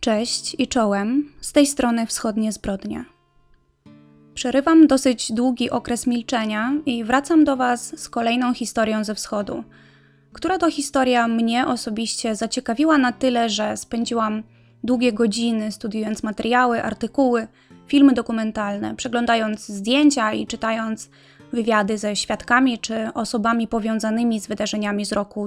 Cześć i czołem, z tej strony Wschodnie Zbrodnie. Przerywam dosyć długi okres milczenia i wracam do Was z kolejną historią ze wschodu, która to historia mnie osobiście zaciekawiła na tyle, że spędziłam długie godziny studiując materiały, artykuły, filmy dokumentalne, przeglądając zdjęcia i czytając wywiady ze świadkami czy osobami powiązanymi z wydarzeniami z roku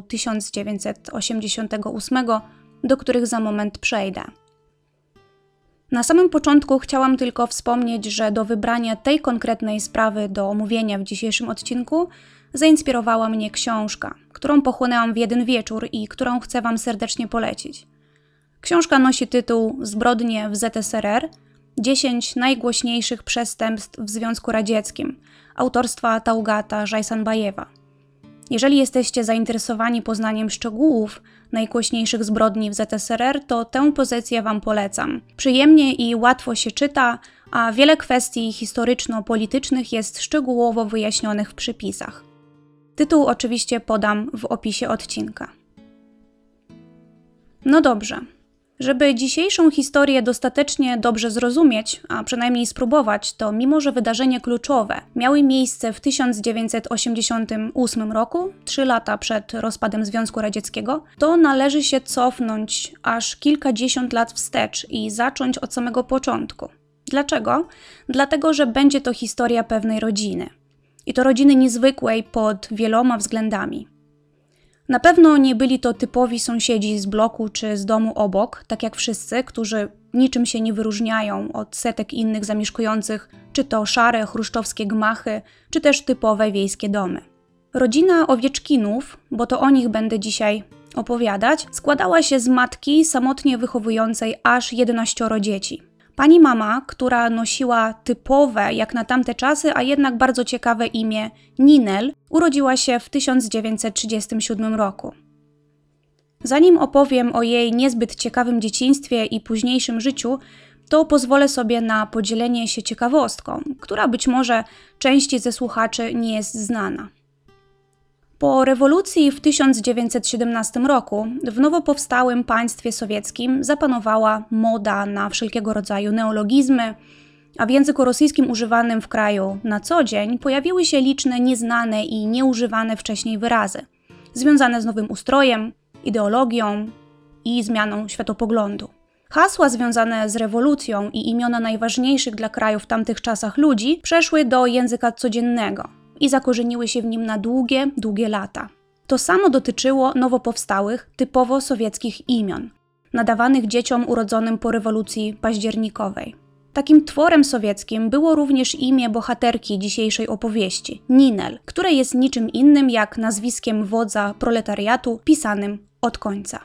1988, do których za moment przejdę. Na samym początku chciałam tylko wspomnieć, że do wybrania tej konkretnej sprawy do omówienia w dzisiejszym odcinku zainspirowała mnie książka, którą pochłonęłam w jeden wieczór i którą chcę Wam serdecznie polecić. Książka nosi tytuł Zbrodnie w ZSRR – 10 najgłośniejszych przestępstw w Związku Radzieckim, autorstwa Taugata Zajsanbajewa. Jeżeli jesteście zainteresowani poznaniem szczegółów najgłośniejszych zbrodni w ZSRR, to tę pozycję Wam polecam. Przyjemnie i łatwo się czyta, a wiele kwestii historyczno-politycznych jest szczegółowo wyjaśnionych w przypisach. Tytuł oczywiście podam w opisie odcinka. No dobrze. Żeby dzisiejszą historię dostatecznie dobrze zrozumieć, a przynajmniej spróbować, to mimo że wydarzenia kluczowe miały miejsce w 1988 roku, 3 lata przed rozpadem Związku Radzieckiego, to należy się cofnąć aż kilkadziesiąt lat wstecz i zacząć od samego początku. Dlaczego? Dlatego, że będzie to historia pewnej rodziny. I to rodziny niezwykłej pod wieloma względami. Na pewno nie byli to typowi sąsiedzi z bloku czy z domu obok, tak jak wszyscy, którzy niczym się nie wyróżniają od setek innych zamieszkujących, czy to szare, chruszczowskie gmachy, czy też typowe wiejskie domy. Rodzina Owieczkinów, bo to o nich będę dzisiaj opowiadać, składała się z matki samotnie wychowującej aż 11 dzieci. Pani mama, która nosiła typowe jak na tamte czasy, a jednak bardzo ciekawe imię Ninel, urodziła się w 1937 roku. Zanim opowiem o jej niezbyt ciekawym dzieciństwie i późniejszym życiu, to pozwolę sobie na podzielenie się ciekawostką, która być może części ze słuchaczy nie jest znana. Po rewolucji w 1917 roku w nowo powstałym państwie sowieckim zapanowała moda na wszelkiego rodzaju neologizmy, a w języku rosyjskim używanym w kraju na co dzień pojawiły się liczne nieznane i nieużywane wcześniej wyrazy, związane z nowym ustrojem, ideologią i zmianą światopoglądu. Hasła związane z rewolucją i imiona najważniejszych dla kraju w tamtych czasach ludzi przeszły do języka codziennego i zakorzeniły się w nim na długie, długie lata. To samo dotyczyło nowo powstałych, typowo sowieckich imion, nadawanych dzieciom urodzonym po rewolucji październikowej. Takim tworem sowieckim było również imię bohaterki dzisiejszej opowieści, Ninel, które jest niczym innym jak nazwiskiem wodza proletariatu pisanym od końca.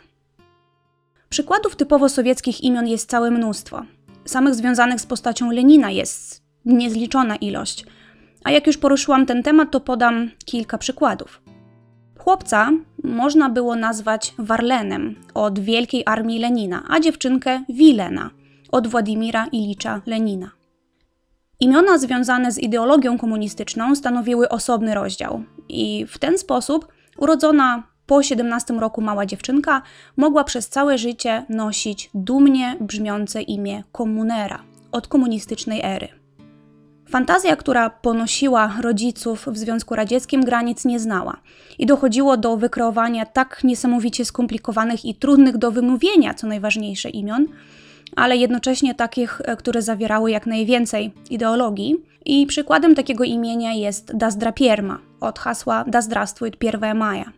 Przykładów typowo sowieckich imion jest całe mnóstwo. Samych związanych z postacią Lenina jest niezliczona ilość. A jak już poruszyłam ten temat, to podam kilka przykładów. Chłopca można było nazwać Warlenem od Wielkiej Armii Lenina, a dziewczynkę Wilena od Władimira Ilicza Lenina. Imiona związane z ideologią komunistyczną stanowiły osobny rozdział i w ten sposób urodzona po 17 roku mała dziewczynka mogła przez całe życie nosić dumnie brzmiące imię Komunera od komunistycznej ery. Fantazja, która ponosiła rodziców w Związku Radzieckim, granic nie znała i dochodziło do wykreowania tak niesamowicie skomplikowanych i trudnych do wymówienia, co najważniejsze, imion, ale jednocześnie takich, które zawierały jak najwięcej ideologii. I przykładem takiego imienia jest Da Zdrapierma od hasła Da Zdrastwuj 1 maja.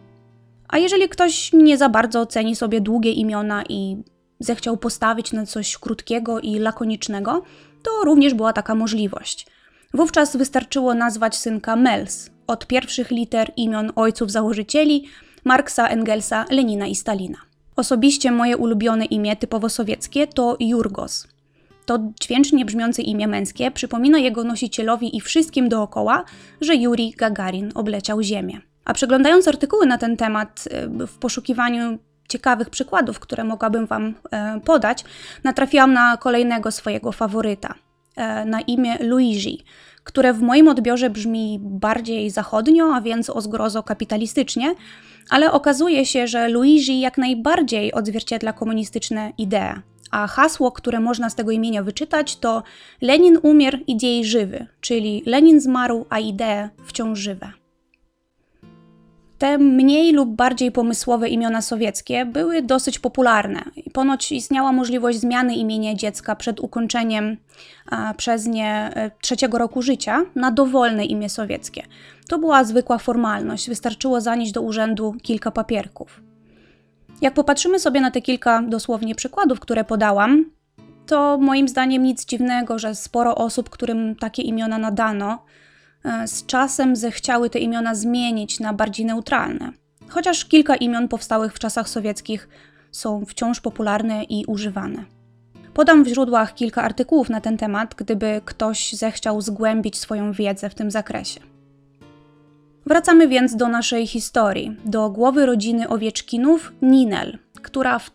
A jeżeli ktoś nie za bardzo ceni sobie długie imiona i zechciał postawić na coś krótkiego i lakonicznego, to również była taka możliwość. Wówczas wystarczyło nazwać synka Mels od pierwszych liter imion ojców założycieli Marksa, Engelsa, Lenina i Stalina. Osobiście moje ulubione imię typowo sowieckie to Jurgos. To dźwięcznie brzmiące imię męskie przypomina jego nosicielowi i wszystkim dookoła, że Juri Gagarin obleciał Ziemię. A przeglądając artykuły na ten temat w poszukiwaniu ciekawych przykładów, które mogłabym Wam podać, natrafiłam na kolejnego swojego faworyta, na imię Luigi, które w moim odbiorze brzmi bardziej zachodnio, a więc o zgrozo kapitalistycznie, ale okazuje się, że Luigi jak najbardziej odzwierciedla komunistyczne idee, a hasło, które można z tego imienia wyczytać, to Lenin umier, idei żywy, czyli Lenin zmarł, a idee wciąż żywe. Te mniej lub bardziej pomysłowe imiona sowieckie były dosyć popularne i ponoć istniała możliwość zmiany imienia dziecka przed ukończeniem przez nie 3. roku życia na dowolne imię sowieckie. To była zwykła formalność, wystarczyło zanieść do urzędu kilka papierków. Jak popatrzymy sobie na te kilka dosłownie przykładów, które podałam, to moim zdaniem nic dziwnego, że sporo osób, którym takie imiona nadano, z czasem zechciały te imiona zmienić na bardziej neutralne. Chociaż kilka imion powstałych w czasach sowieckich są wciąż popularne i używane. Podam w źródłach kilka artykułów na ten temat, gdyby ktoś zechciał zgłębić swoją wiedzę w tym zakresie. Wracamy więc do naszej historii, do głowy rodziny Owieczkinów, Ninel, która w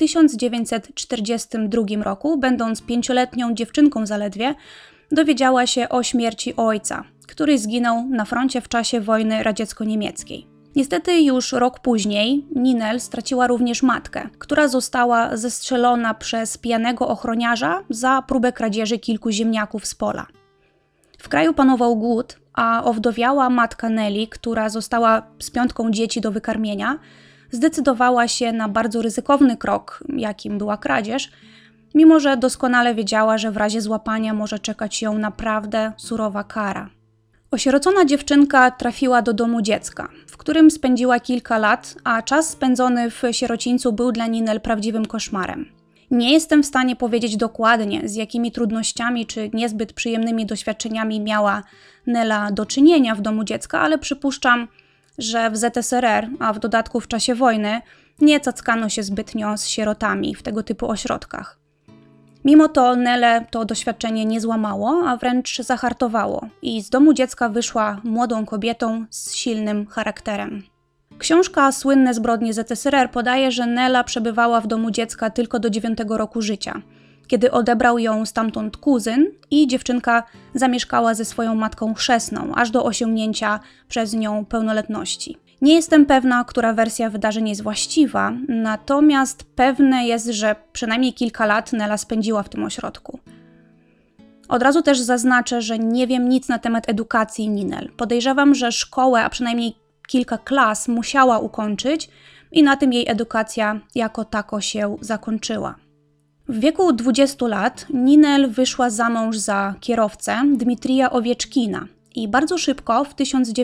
1942 roku, będąc 5-letnią dziewczynką zaledwie, dowiedziała się o śmierci ojca, który zginął na froncie w czasie wojny radziecko-niemieckiej. Niestety już rok później Ninel straciła również matkę, która została zestrzelona przez pijanego ochroniarza za próbę kradzieży kilku ziemniaków z pola. W kraju panował głód, a owdowiała matka Nelly, która została z 5 dzieci do wykarmienia, zdecydowała się na bardzo ryzykowny krok, jakim była kradzież, mimo że doskonale wiedziała, że w razie złapania może czekać ją naprawdę surowa kara. Osierocona dziewczynka trafiła do domu dziecka, w którym spędziła kilka lat, a czas spędzony w sierocińcu był dla Ninel prawdziwym koszmarem. Nie jestem w stanie powiedzieć dokładnie, z jakimi trudnościami czy niezbyt przyjemnymi doświadczeniami miała Nela do czynienia w domu dziecka, ale przypuszczam, że w ZSRR, a w dodatku w czasie wojny, nie cackano się zbytnio z sierotami w tego typu ośrodkach. Mimo to Nelę to doświadczenie nie złamało, a wręcz zahartowało i z domu dziecka wyszła młodą kobietą z silnym charakterem. Książka Słynne zbrodnie ZSRR podaje, że Nela przebywała w domu dziecka tylko do 9 roku życia, kiedy odebrał ją stamtąd kuzyn i dziewczynka zamieszkała ze swoją matką chrzestną, aż do osiągnięcia przez nią pełnoletności. Nie jestem pewna, która wersja wydarzeń jest właściwa, natomiast pewne jest, że przynajmniej kilka lat Nela spędziła w tym ośrodku. Od razu też zaznaczę, że nie wiem nic na temat edukacji Ninel. Podejrzewam, że szkołę, a przynajmniej kilka klas musiała ukończyć i na tym jej edukacja jako tako się zakończyła. W wieku 20 lat Ninel wyszła za mąż za kierowcę Dmitrija Owieczkina i bardzo szybko, w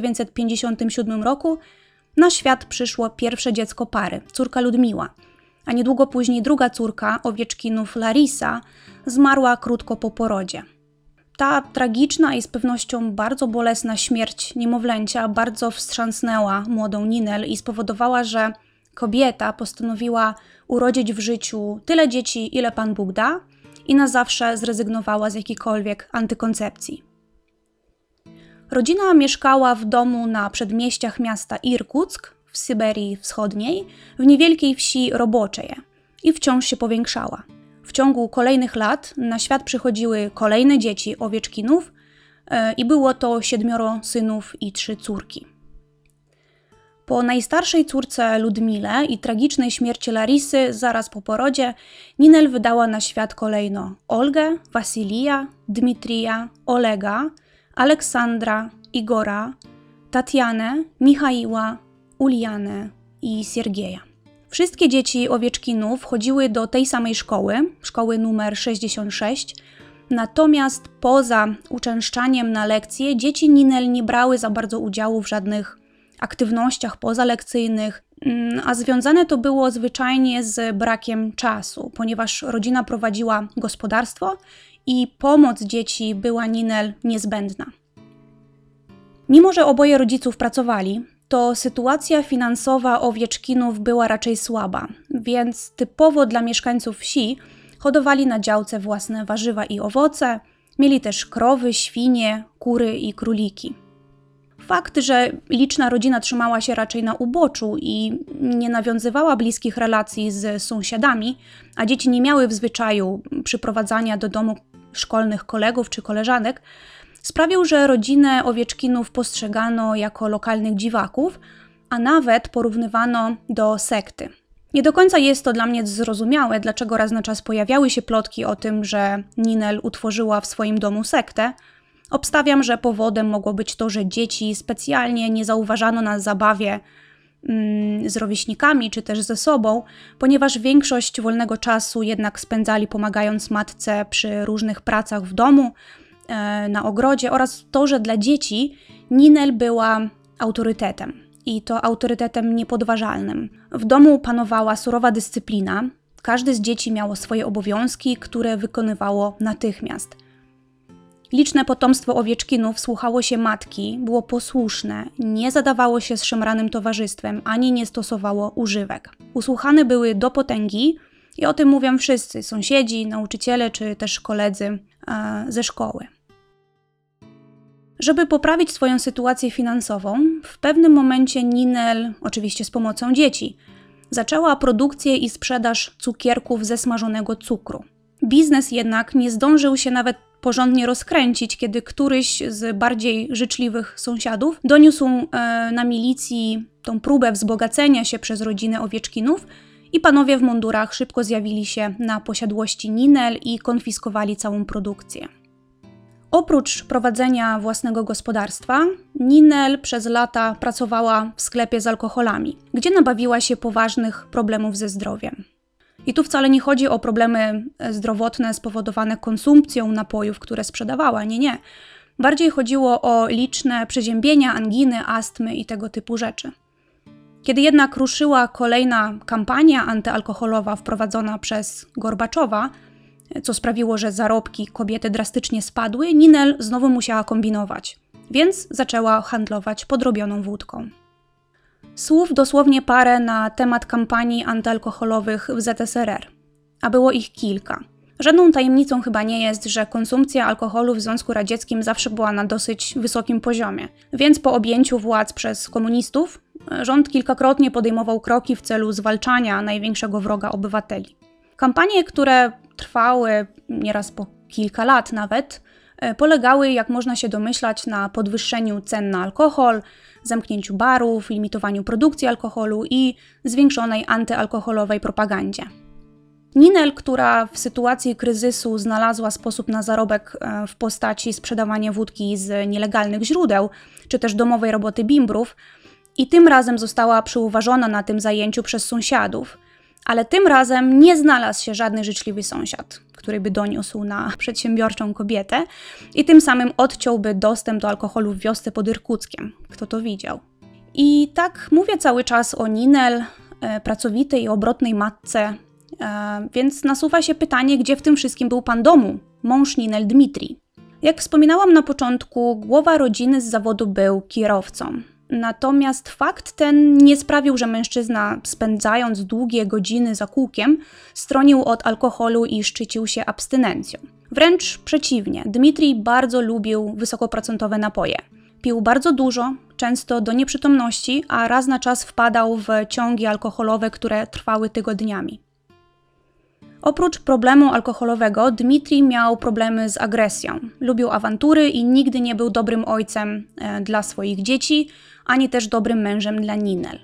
1957 roku, na świat przyszło pierwsze dziecko pary, córka Ludmiła, a niedługo później druga córka Owieczkinów, Larisa, zmarła krótko po porodzie. Ta tragiczna i z pewnością bardzo bolesna śmierć niemowlęcia bardzo wstrząsnęła młodą Ninel i spowodowała, że kobieta postanowiła urodzić w życiu tyle dzieci, ile Pan Bóg da i na zawsze zrezygnowała z jakiejkolwiek antykoncepcji. Rodzina mieszkała w domu na przedmieściach miasta Irkuck w Syberii Wschodniej, w niewielkiej wsi Roboczeje i wciąż się powiększała. W ciągu kolejnych lat na świat przychodziły kolejne dzieci Owieczkinów i było to 7 synów i 3 córki. Po najstarszej córce Ludmile i tragicznej śmierci Larisy zaraz po porodzie Ninel wydała na świat kolejno Olgę, Wasilija, Dmitrija, Olega, Aleksandra, Igora, Tatianę, Michaiła, Ulianę i Siergieja. Wszystkie dzieci Owieczkinów chodziły do tej samej szkoły numer 66, natomiast poza uczęszczaniem na lekcje dzieci Ninel nie brały za bardzo udziału w żadnych aktywnościach pozalekcyjnych, a związane to było zwyczajnie z brakiem czasu, ponieważ rodzina prowadziła gospodarstwo i pomoc dzieci była Ninel niezbędna. Mimo że oboje rodziców pracowali, to sytuacja finansowa Owieczkinów była raczej słaba, więc typowo dla mieszkańców wsi hodowali na działce własne warzywa i owoce, mieli też krowy, świnie, kury i króliki. Fakt, że liczna rodzina trzymała się raczej na uboczu i nie nawiązywała bliskich relacji z sąsiadami, a dzieci nie miały w zwyczaju przyprowadzania do domu szkolnych kolegów czy koleżanek, sprawił, że rodzinę Owieczkinów postrzegano jako lokalnych dziwaków, a nawet porównywano do sekty. Nie do końca jest to dla mnie zrozumiałe, dlaczego raz na czas pojawiały się plotki o tym, że Ninel utworzyła w swoim domu sektę. Obstawiam, że powodem mogło być to, że dzieci specjalnie nie zauważano na zabawie z rówieśnikami czy też ze sobą, ponieważ większość wolnego czasu jednak spędzali pomagając matce przy różnych pracach w domu, na ogrodzie, oraz to, że dla dzieci Ninel była autorytetem i to autorytetem niepodważalnym. W domu panowała surowa dyscyplina, każde z dzieci miało swoje obowiązki, które wykonywało natychmiast. Liczne potomstwo owieczkinów słuchało się matki, było posłuszne, nie zadawało się z szemranym towarzystwem, ani nie stosowało używek. Usłuchane były do potęgi i o tym mówią wszyscy sąsiedzi, nauczyciele czy też koledzy ze szkoły. Żeby poprawić swoją sytuację finansową, w pewnym momencie Ninel, oczywiście z pomocą dzieci, zaczęła produkcję i sprzedaż cukierków ze smażonego cukru. Biznes jednak nie zdążył się nawet porządnie rozkręcić, kiedy któryś z bardziej życzliwych sąsiadów doniósł na milicji tą próbę wzbogacenia się przez rodzinę Owieczkinów i panowie w mundurach szybko zjawili się na posiadłości Ninel i konfiskowali całą produkcję. Oprócz prowadzenia własnego gospodarstwa, Ninel przez lata pracowała w sklepie z alkoholami, gdzie nabawiła się poważnych problemów ze zdrowiem. I tu wcale nie chodzi o problemy zdrowotne spowodowane konsumpcją napojów, które sprzedawała, nie. Bardziej chodziło o liczne przeziębienia, anginy, astmy i tego typu rzeczy. Kiedy jednak ruszyła kolejna kampania antyalkoholowa wprowadzona przez Gorbaczowa, co sprawiło, że zarobki kobiety drastycznie spadły, Ninel znowu musiała kombinować, więc zaczęła handlować podrobioną wódką. Słów dosłownie parę na temat kampanii antyalkoholowych w ZSRR, a było ich kilka. Żadną tajemnicą chyba nie jest, że konsumpcja alkoholu w Związku Radzieckim zawsze była na dosyć wysokim poziomie, więc po objęciu władz przez komunistów rząd kilkakrotnie podejmował kroki w celu zwalczania największego wroga obywateli. Kampanie, które trwały nieraz po kilka lat nawet, polegały, jak można się domyślać, na podwyższeniu cen na alkohol, zamknięciu barów, limitowaniu produkcji alkoholu i zwiększonej antyalkoholowej propagandzie. Ninel, która w sytuacji kryzysu znalazła sposób na zarobek w postaci sprzedawania wódki z nielegalnych źródeł, czy też domowej roboty bimbrów, i tym razem została przyuważona na tym zajęciu przez sąsiadów. Ale tym razem nie znalazł się żadny życzliwy sąsiad, który by doniósł na przedsiębiorczą kobietę i tym samym odciąłby dostęp do alkoholu w wiosce pod Irkuckiem. Kto to widział? I tak mówię cały czas o Ninel, pracowitej i obrotnej matce, więc nasuwa się pytanie, gdzie w tym wszystkim był pan domu, mąż Ninel Dmitrij. Jak wspominałam na początku, głowa rodziny z zawodu był kierowcą. Natomiast fakt ten nie sprawił, że mężczyzna, spędzając długie godziny za kółkiem, stronił od alkoholu i szczycił się abstynencją. Wręcz przeciwnie, Dmitrij bardzo lubił wysokoprocentowe napoje. Pił bardzo dużo, często do nieprzytomności, a raz na czas wpadał w ciągi alkoholowe, które trwały tygodniami. Oprócz problemu alkoholowego, Dmitrij miał problemy z agresją. Lubił awantury i nigdy nie był dobrym ojcem dla swoich dzieci, ani też dobrym mężem dla Ninel.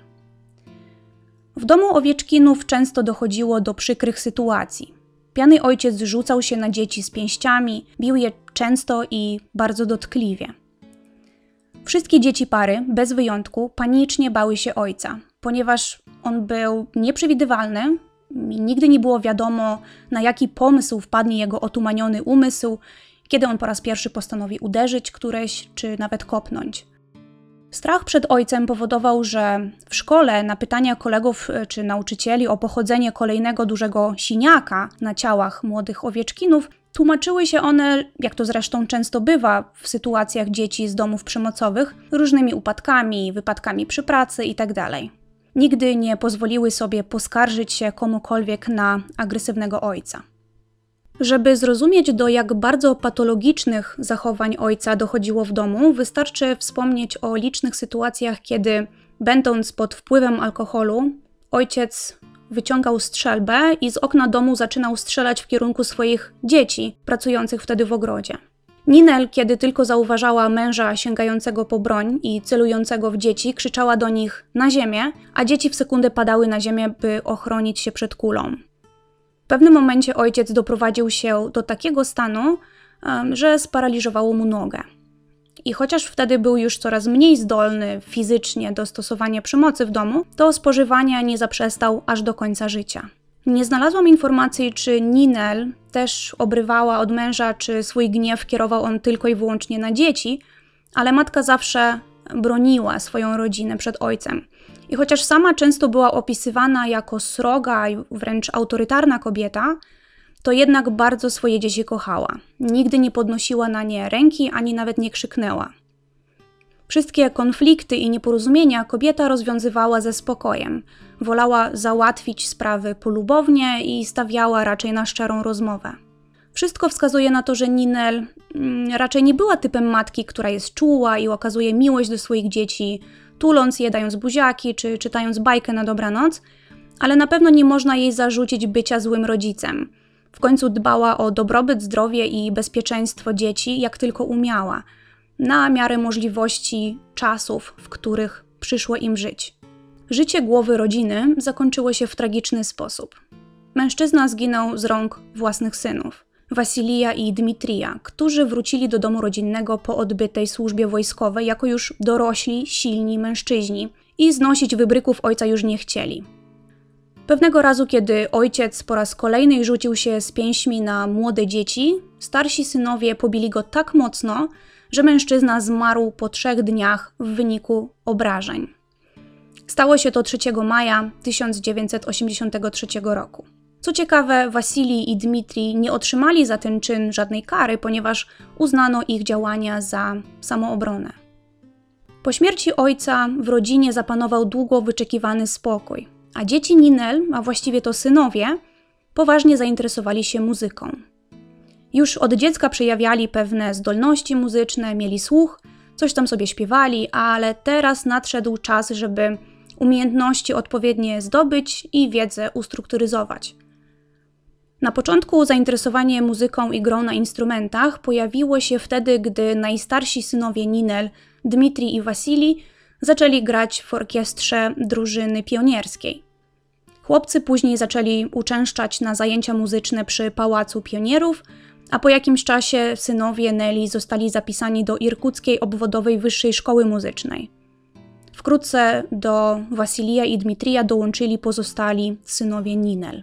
W domu Owieczkinów często dochodziło do przykrych sytuacji. Pijany ojciec rzucał się na dzieci z pięściami, bił je często i bardzo dotkliwie. Wszystkie dzieci pary, bez wyjątku, panicznie bały się ojca, ponieważ on był nieprzewidywalny, nigdy nie było wiadomo, na jaki pomysł wpadnie jego otumaniony umysł, kiedy on po raz pierwszy postanowi uderzyć któreś, czy nawet kopnąć. Strach przed ojcem powodował, że w szkole na pytania kolegów czy nauczycieli o pochodzenie kolejnego dużego siniaka na ciałach młodych Owieczkinów tłumaczyły się one, jak to zresztą często bywa w sytuacjach dzieci z domów przemocowych, różnymi upadkami, wypadkami przy pracy itd. Nigdy nie pozwoliły sobie poskarżyć się komukolwiek na agresywnego ojca. Żeby zrozumieć, do jak bardzo patologicznych zachowań ojca dochodziło w domu, wystarczy wspomnieć o licznych sytuacjach, kiedy, będąc pod wpływem alkoholu, ojciec wyciągał strzelbę i z okna domu zaczynał strzelać w kierunku swoich dzieci, pracujących wtedy w ogrodzie. Ninel, kiedy tylko zauważała męża sięgającego po broń i celującego w dzieci, krzyczała do nich na ziemię, a dzieci w sekundę padały na ziemię, by ochronić się przed kulą. W pewnym momencie ojciec doprowadził się do takiego stanu, że sparaliżowało mu nogę. I chociaż wtedy był już coraz mniej zdolny fizycznie do stosowania przemocy w domu, to spożywania nie zaprzestał aż do końca życia. Nie znalazłam informacji, czy Ninel też obrywała od męża, czy swój gniew kierował on tylko i wyłącznie na dzieci, ale matka zawsze broniła swoją rodzinę przed ojcem. I chociaż sama często była opisywana jako sroga i wręcz autorytarna kobieta, to jednak bardzo swoje dzieci kochała. Nigdy nie podnosiła na nie ręki, ani nawet nie krzyknęła. Wszystkie konflikty i nieporozumienia kobieta rozwiązywała ze spokojem. Wolała załatwić sprawy polubownie i stawiała raczej na szczerą rozmowę. Wszystko wskazuje na to, że Ninel raczej nie była typem matki, która jest czuła i okazuje miłość do swoich dzieci, tuląc je, dając buziaki czy czytając bajkę na dobranoc, ale na pewno nie można jej zarzucić bycia złym rodzicem. W końcu dbała o dobrobyt, zdrowie i bezpieczeństwo dzieci, jak tylko umiała, na miarę możliwości czasów, w których przyszło im żyć. Życie głowy rodziny zakończyło się w tragiczny sposób. Mężczyzna zginął z rąk własnych synów, Wasilija i Dmitrija, którzy wrócili do domu rodzinnego po odbytej służbie wojskowej jako już dorośli, silni mężczyźni i znosić wybryków ojca już nie chcieli. Pewnego razu, kiedy ojciec po raz kolejny rzucił się z pięśćmi na młode dzieci, starsi synowie pobili go tak mocno, że mężczyzna zmarł po 3 dniach w wyniku obrażeń. Stało się to 3 maja 1983 roku. Co ciekawe, Wasilij i Dmitrij nie otrzymali za ten czyn żadnej kary, ponieważ uznano ich działania za samoobronę. Po śmierci ojca w rodzinie zapanował długo wyczekiwany spokój, a dzieci Ninel, a właściwie to synowie, poważnie zainteresowali się muzyką. Już od dziecka przejawiali pewne zdolności muzyczne, mieli słuch, coś tam sobie śpiewali, ale teraz nadszedł czas, żeby umiejętności odpowiednie zdobyć i wiedzę ustrukturyzować. Na początku zainteresowanie muzyką i grą na instrumentach pojawiło się wtedy, gdy najstarsi synowie Ninel, Dmitrij i Wasilij, zaczęli grać w orkiestrze drużyny pionierskiej. Chłopcy później zaczęli uczęszczać na zajęcia muzyczne przy Pałacu Pionierów, a po jakimś czasie synowie Neli zostali zapisani do Irkuckiej Obwodowej Wyższej Szkoły Muzycznej. Wkrótce do Wasilija i Dmitrija dołączyli pozostali synowie Ninel.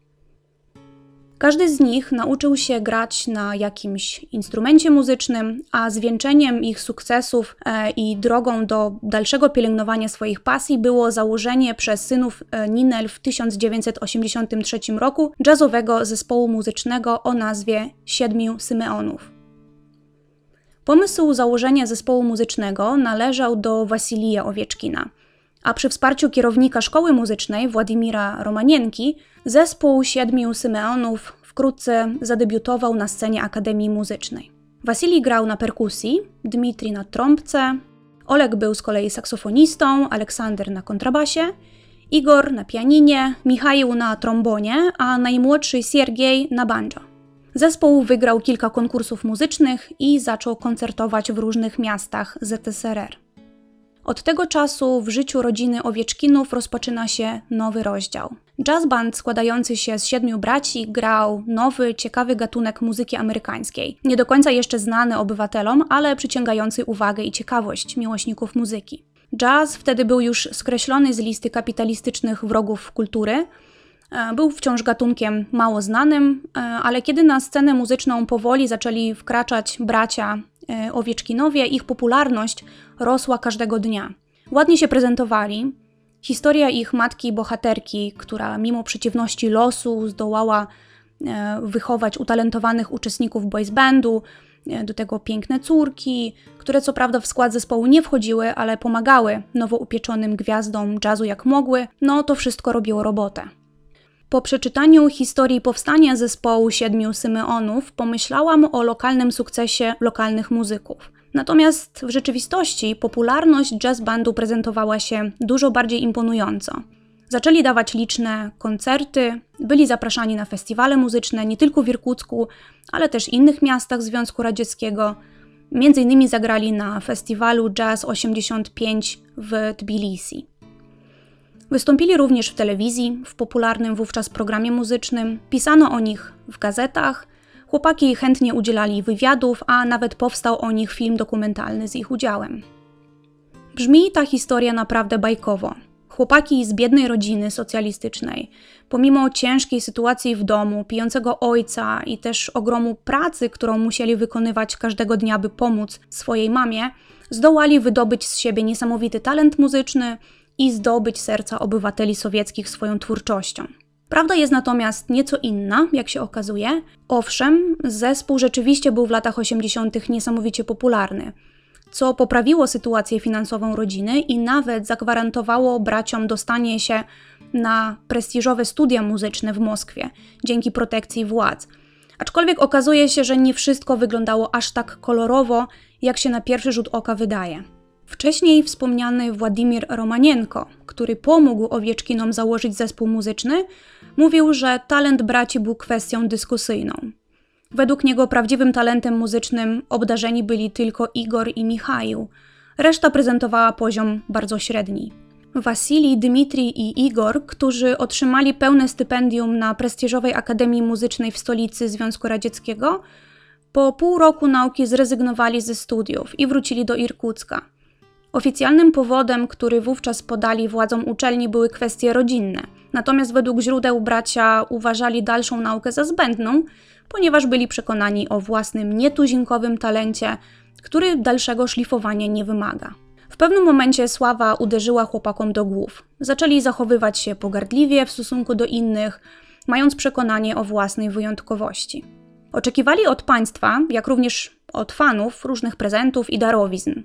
Każdy z nich nauczył się grać na jakimś instrumencie muzycznym, a zwieńczeniem ich sukcesów i drogą do dalszego pielęgnowania swoich pasji było założenie przez synów Ninel w 1983 roku jazzowego zespołu muzycznego o nazwie 7 Symeonów. Pomysł założenia zespołu muzycznego należał do Wasilija Owieczkina, a przy wsparciu kierownika szkoły muzycznej Władimira Romanienki zespół 7 Symeonów wkrótce zadebiutował na scenie Akademii Muzycznej. Wasilij grał na perkusji, Dmitrij na trąbce, Oleg był z kolei saksofonistą, Aleksander na kontrabasie, Igor na pianinie, Michaił na trombonie, a najmłodszy Siergiej na banjo. Zespół wygrał kilka konkursów muzycznych i zaczął koncertować w różnych miastach ZSRR. Od tego czasu w życiu rodziny Owieczkinów rozpoczyna się nowy rozdział. Jazz band składający się z 7 braci grał nowy, ciekawy gatunek muzyki amerykańskiej. Nie do końca jeszcze znany obywatelom, ale przyciągający uwagę i ciekawość miłośników muzyki. Jazz wtedy był już skreślony z listy kapitalistycznych wrogów kultury. Był wciąż gatunkiem mało znanym, ale kiedy na scenę muzyczną powoli zaczęli wkraczać bracia Owieczkinowie, ich popularność rosła każdego dnia. Ładnie się prezentowali. Historia ich matki bohaterki, która mimo przeciwności losu zdołała wychować utalentowanych uczestników boys bandu, do tego piękne córki, które co prawda w skład zespołu nie wchodziły, ale pomagały nowo upieczonym gwiazdom jazzu jak mogły, no to wszystko robiło robotę. Po przeczytaniu historii powstania zespołu 7 Symeonów pomyślałam o lokalnym sukcesie lokalnych muzyków. Natomiast w rzeczywistości popularność jazz bandu prezentowała się dużo bardziej imponująco. Zaczęli dawać liczne koncerty, Byli zapraszani na festiwale muzyczne nie tylko w Irkucku, ale też innych miastach Związku Radzieckiego. Między innymi zagrali na festiwalu Jazz 85 w Tbilisi. Wystąpili również w telewizji, w popularnym wówczas programie muzycznym, pisano o nich w gazetach, chłopaki chętnie udzielali wywiadów, a nawet powstał o nich film dokumentalny z ich udziałem. Brzmi ta historia naprawdę bajkowo. Chłopaki z biednej rodziny socjalistycznej, pomimo ciężkiej sytuacji w domu, pijącego ojca i też ogromu pracy, którą musieli wykonywać każdego dnia, by pomóc swojej mamie, zdołali wydobyć z siebie niesamowity talent muzyczny i zdobyć serca obywateli sowieckich swoją twórczością. Prawda jest natomiast nieco inna, jak się okazuje. Owszem, zespół rzeczywiście był w latach 80. niesamowicie popularny, co poprawiło sytuację finansową rodziny i nawet zagwarantowało braciom dostanie się na prestiżowe studia muzyczne w Moskwie dzięki protekcji władz. Aczkolwiek okazuje się, że nie wszystko wyglądało aż tak kolorowo, jak się na pierwszy rzut oka wydaje. Wcześniej wspomniany Władimir Romanienko, który pomógł Owieczkinom założyć zespół muzyczny, mówił, że talent braci był kwestią dyskusyjną. Według niego prawdziwym talentem muzycznym obdarzeni byli tylko Igor i Michaił. Reszta prezentowała poziom bardzo średni. Wasilij, Dmitrij i Igor, którzy otrzymali pełne stypendium na prestiżowej Akademii Muzycznej w stolicy Związku Radzieckiego, po pół roku nauki zrezygnowali ze studiów i wrócili do Irkucka. Oficjalnym powodem, który wówczas podali władzom uczelni, były kwestie rodzinne. Natomiast według źródeł bracia uważali dalszą naukę za zbędną, ponieważ byli przekonani o własnym nietuzinkowym talencie, który dalszego szlifowania nie wymaga. W pewnym momencie sława uderzyła chłopakom do głów. Zaczęli zachowywać się pogardliwie w stosunku do innych, mając przekonanie o własnej wyjątkowości. Oczekiwali od państwa, jak również od fanów, różnych prezentów i darowizn.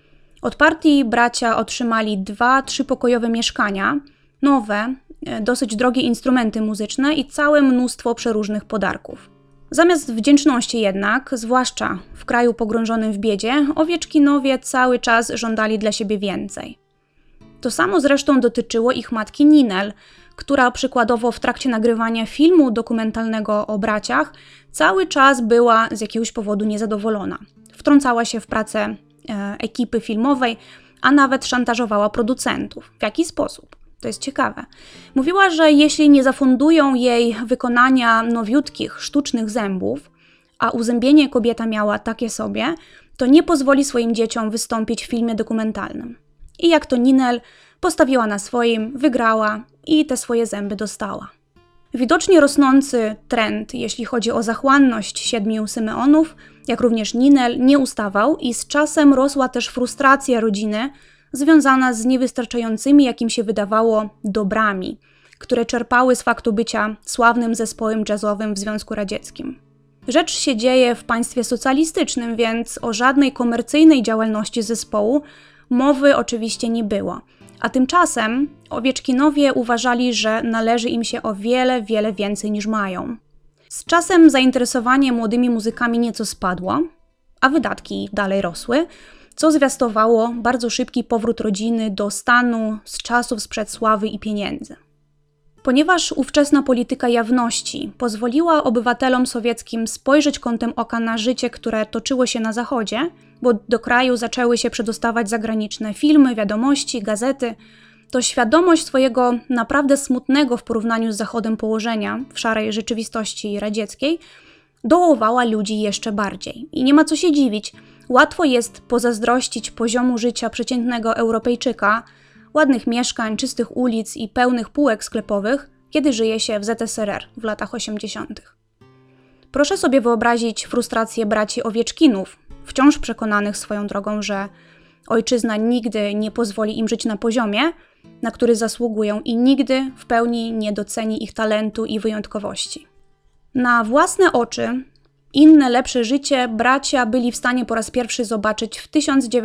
Od partii bracia otrzymali 2 3-pokojowe mieszkania, nowe, dosyć drogie instrumenty muzyczne i całe mnóstwo przeróżnych podarków. Zamiast wdzięczności jednak, zwłaszcza w kraju pogrążonym w biedzie, Owieczkinowie cały czas żądali dla siebie więcej. To samo zresztą dotyczyło ich matki Ninel, która przykładowo w trakcie nagrywania filmu dokumentalnego o braciach cały czas była z jakiegoś powodu niezadowolona. Wtrącała się w pracę ekipy filmowej, a nawet szantażowała producentów. W jaki sposób? To jest ciekawe. Mówiła, że jeśli nie zafundują jej wykonania nowiutkich, sztucznych zębów, a uzębienie kobieta miała takie sobie, to nie pozwoli swoim dzieciom wystąpić w filmie dokumentalnym. I jak to Ninel postawiła na swoim, wygrała i te swoje zęby dostała. Widocznie rosnący trend, jeśli chodzi o zachłanność 7 Symeonów, jak również Ninel, nie ustawał i z czasem rosła też frustracja rodziny związana z niewystarczającymi, jak im się wydawało, dobrami, które czerpały z faktu bycia sławnym zespołem jazzowym w Związku Radzieckim. Rzecz się dzieje w państwie socjalistycznym, więc o żadnej komercyjnej działalności zespołu mowy oczywiście nie było. A tymczasem Owieczkinowie uważali, że należy im się o wiele, wiele więcej niż mają. Z czasem zainteresowanie młodymi muzykami nieco spadło, a wydatki dalej rosły, co zwiastowało bardzo szybki powrót rodziny do stanu z czasów sprzed sławy i pieniędzy. Ponieważ ówczesna polityka jawności pozwoliła obywatelom sowieckim spojrzeć kątem oka na życie, które toczyło się na Zachodzie, bo do kraju zaczęły się przedostawać zagraniczne filmy, wiadomości, gazety, to świadomość swojego naprawdę smutnego w porównaniu z Zachodem położenia w szarej rzeczywistości radzieckiej dołowała ludzi jeszcze bardziej. I nie ma co się dziwić, łatwo jest pozazdrościć poziomu życia przeciętnego Europejczyka, ładnych mieszkań, czystych ulic i pełnych półek sklepowych, kiedy żyje się w ZSRR w latach 80. Proszę sobie wyobrazić frustrację braci Owieczkinów, wciąż przekonanych swoją drogą, że ojczyzna nigdy nie pozwoli im żyć na poziomie, na który zasługują i nigdy w pełni nie doceni ich talentu i wyjątkowości. Na własne oczy inne, lepsze życie bracia byli w stanie po raz pierwszy zobaczyć w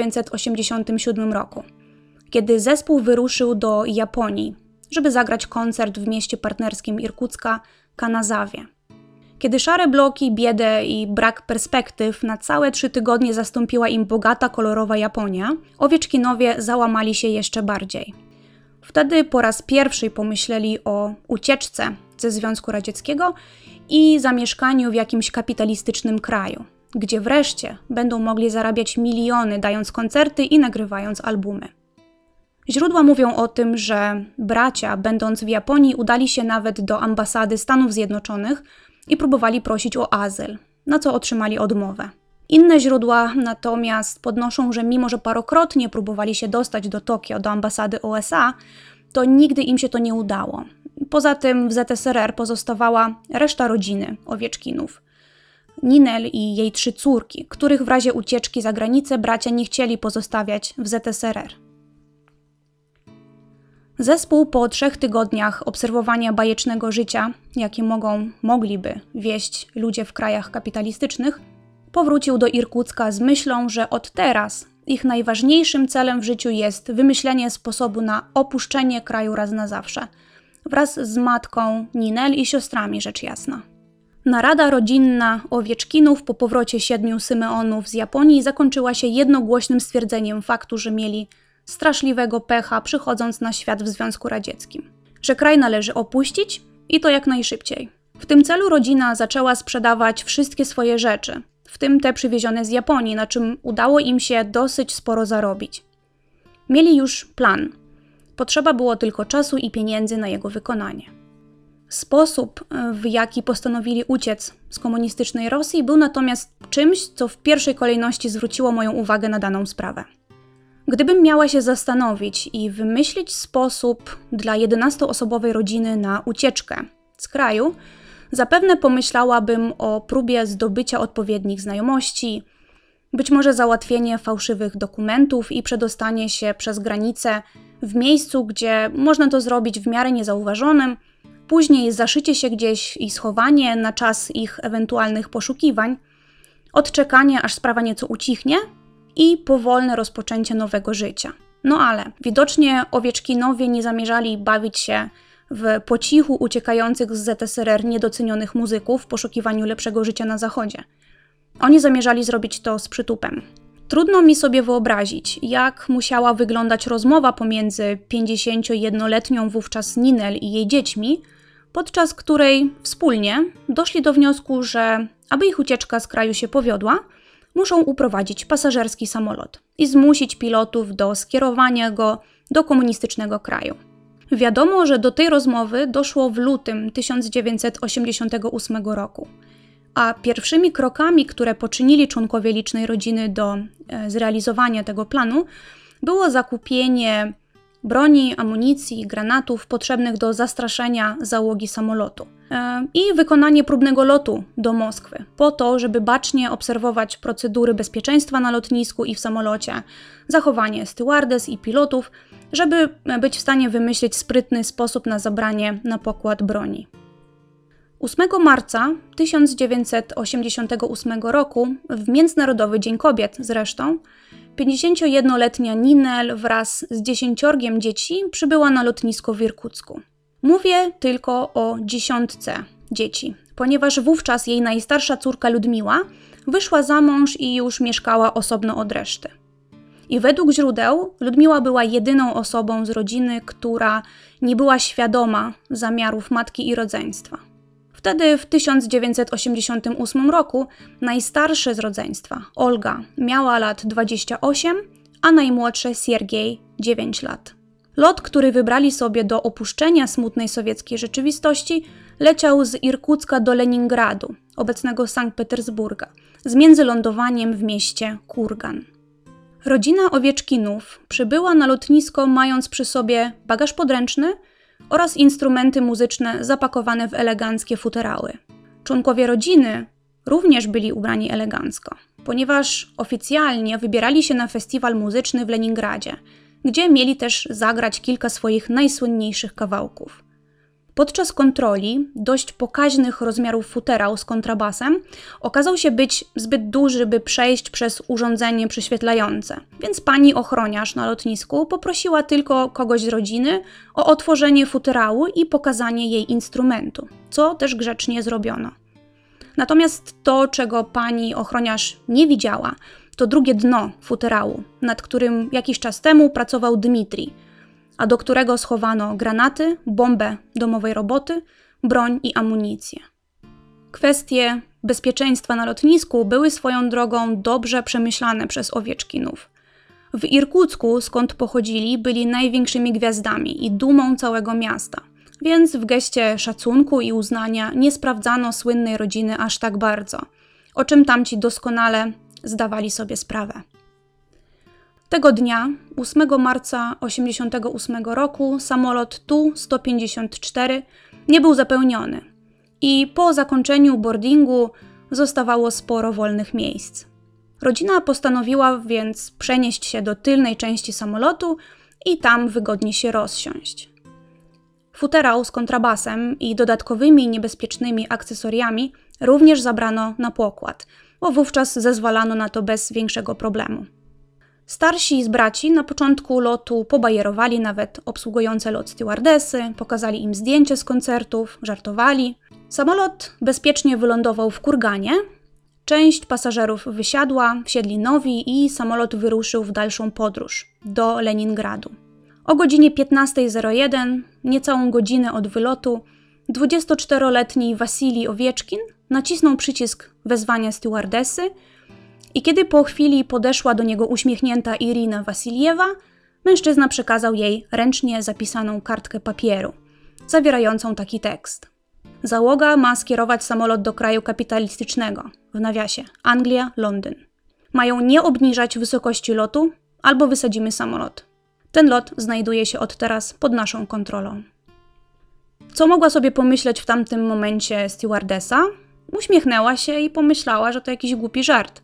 1987 roku, kiedy zespół wyruszył do Japonii, żeby zagrać koncert w mieście partnerskim Irkucka, Kanazawie. Kiedy szare bloki, biedę i brak perspektyw na całe 3 tygodnie zastąpiła im bogata, kolorowa Japonia, Owieczkinowie załamali się jeszcze bardziej. Wtedy po raz pierwszy pomyśleli o ucieczce ze Związku Radzieckiego i zamieszkaniu w jakimś kapitalistycznym kraju, gdzie wreszcie będą mogli zarabiać miliony, dając koncerty i nagrywając albumy. Źródła mówią o tym, że bracia, będąc w Japonii, udali się nawet do ambasady Stanów Zjednoczonych i próbowali prosić o azyl, na co otrzymali odmowę. Inne źródła natomiast podnoszą, że mimo że parokrotnie próbowali się dostać do Tokio, do ambasady USA, to nigdy im się to nie udało. Poza tym w ZSRR pozostawała reszta rodziny Owieczkinów. Ninel i jej 3 córki, których w razie ucieczki za granicę bracia nie chcieli pozostawiać w ZSRR. Zespół po 3 tygodniach obserwowania bajecznego życia, jakie mogliby wieść ludzie w krajach kapitalistycznych, powrócił do Irkucka z myślą, że od teraz ich najważniejszym celem w życiu jest wymyślenie sposobu na opuszczenie kraju raz na zawsze, wraz z matką Ninel i siostrami, rzecz jasna. Narada rodzinna Owieczkinów po powrocie 7 Symeonów z Japonii zakończyła się jednogłośnym stwierdzeniem faktu, że mieli straszliwego pecha przychodząc na świat w Związku Radzieckim, że kraj należy opuścić i to jak najszybciej. W tym celu rodzina zaczęła sprzedawać wszystkie swoje rzeczy, w tym te przywiezione z Japonii, na czym udało im się dosyć sporo zarobić. Mieli już plan. Potrzeba było tylko czasu i pieniędzy na jego wykonanie. Sposób, w jaki postanowili uciec z komunistycznej Rosji, był natomiast czymś, co w pierwszej kolejności zwróciło moją uwagę na daną sprawę. Gdybym miała się zastanowić i wymyślić sposób dla 11-osobowej rodziny na ucieczkę z kraju, zapewne pomyślałabym o próbie zdobycia odpowiednich znajomości, być może załatwienie fałszywych dokumentów i przedostanie się przez granicę w miejscu, gdzie można to zrobić w miarę niezauważonym, później zaszycie się gdzieś i schowanie na czas ich ewentualnych poszukiwań, odczekanie, aż sprawa nieco ucichnie i powolne rozpoczęcie nowego życia. No ale widocznie Owieczkinowie nie zamierzali bawić się w po cichu uciekających z ZSRR niedocenionych muzyków w poszukiwaniu lepszego życia na zachodzie. Oni zamierzali zrobić to z przytupem. Trudno mi sobie wyobrazić, jak musiała wyglądać rozmowa pomiędzy 51-letnią wówczas Ninel i jej dziećmi, podczas której wspólnie doszli do wniosku, że aby ich ucieczka z kraju się powiodła, muszą uprowadzić pasażerski samolot i zmusić pilotów do skierowania go do komunistycznego kraju. Wiadomo, że do tej rozmowy doszło w lutym 1988 roku, a pierwszymi krokami, które poczynili członkowie licznej rodziny do zrealizowania tego planu, było zakupienie broni, amunicji, granatów potrzebnych do zastraszenia załogi samolotu i wykonanie próbnego lotu do Moskwy, po to, żeby bacznie obserwować procedury bezpieczeństwa na lotnisku i w samolocie, zachowanie stewardes i pilotów, żeby być w stanie wymyślić sprytny sposób na zabranie na pokład broni. 8 marca 1988 roku, w Międzynarodowy Dzień Kobiet zresztą, 51-letnia Ninel wraz z 10 dzieci przybyła na lotnisko w Irkucku. Mówię tylko o 10 dzieci, ponieważ wówczas jej najstarsza córka Ludmiła wyszła za mąż i już mieszkała osobno od reszty. I według źródeł Ludmiła była jedyną osobą z rodziny, która nie była świadoma zamiarów matki i rodzeństwa. Wtedy w 1988 roku najstarsze z rodzeństwa, Olga, miała lat 28, a najmłodsze Siergiej 9 lat. Lot, który wybrali sobie do opuszczenia smutnej sowieckiej rzeczywistości, leciał z Irkucka do Leningradu, obecnego Sankt Petersburga, z międzylądowaniem w mieście Kurgan. Rodzina Owieczkinów przybyła na lotnisko mając przy sobie bagaż podręczny oraz instrumenty muzyczne zapakowane w eleganckie futerały. Członkowie rodziny również byli ubrani elegancko, ponieważ oficjalnie wybierali się na festiwal muzyczny w Leningradzie, gdzie mieli też zagrać kilka swoich najsłynniejszych kawałków. Podczas kontroli dość pokaźnych rozmiarów futerał z kontrabasem okazał się być zbyt duży, by przejść przez urządzenie prześwietlające, więc pani ochroniarz na lotnisku poprosiła tylko kogoś z rodziny o otworzenie futerału i pokazanie jej instrumentu, co też grzecznie zrobiono. Natomiast to, czego pani ochroniarz nie widziała, to drugie dno futerału, nad którym jakiś czas temu pracował Dmitrij, a do którego schowano granaty, bombę domowej roboty, broń i amunicję. Kwestie bezpieczeństwa na lotnisku były swoją drogą dobrze przemyślane przez Owieczkinów. W Irkucku, skąd pochodzili, byli największymi gwiazdami i dumą całego miasta, więc w geście szacunku i uznania nie sprawdzano słynnej rodziny aż tak bardzo, o czym tamci doskonale zdawali sobie sprawę. Tego dnia, 8 marca 1988 roku, samolot Tu-154 nie był zapełniony i po zakończeniu boardingu zostawało sporo wolnych miejsc. Rodzina postanowiła więc przenieść się do tylnej części samolotu i tam wygodnie się rozsiąść. Futerał z kontrabasem i dodatkowymi niebezpiecznymi akcesoriami również zabrano na pokład, bo wówczas zezwalano na to bez większego problemu. Starsi z braci na początku lotu pobajerowali nawet obsługujące lot stewardesy, pokazali im zdjęcie z koncertów, żartowali. Samolot bezpiecznie wylądował w Kurganie, część pasażerów wysiadła, wsiedli nowi i samolot wyruszył w dalszą podróż do Leningradu. O godzinie 15:01, niecałą godzinę od wylotu, 24-letni Wasilij Owieczkin nacisnął przycisk wezwania stewardesy i kiedy po chwili podeszła do niego uśmiechnięta Irina Wasiljewa, mężczyzna przekazał jej ręcznie zapisaną kartkę papieru, zawierającą taki tekst. Załoga ma skierować samolot do kraju kapitalistycznego, w nawiasie Anglia, Londyn. Mają nie obniżać wysokości lotu, albo wysadzimy samolot. Ten lot znajduje się od teraz pod naszą kontrolą. Co mogła sobie pomyśleć w tamtym momencie stewardesa? Uśmiechnęła się i pomyślała, że to jakiś głupi żart.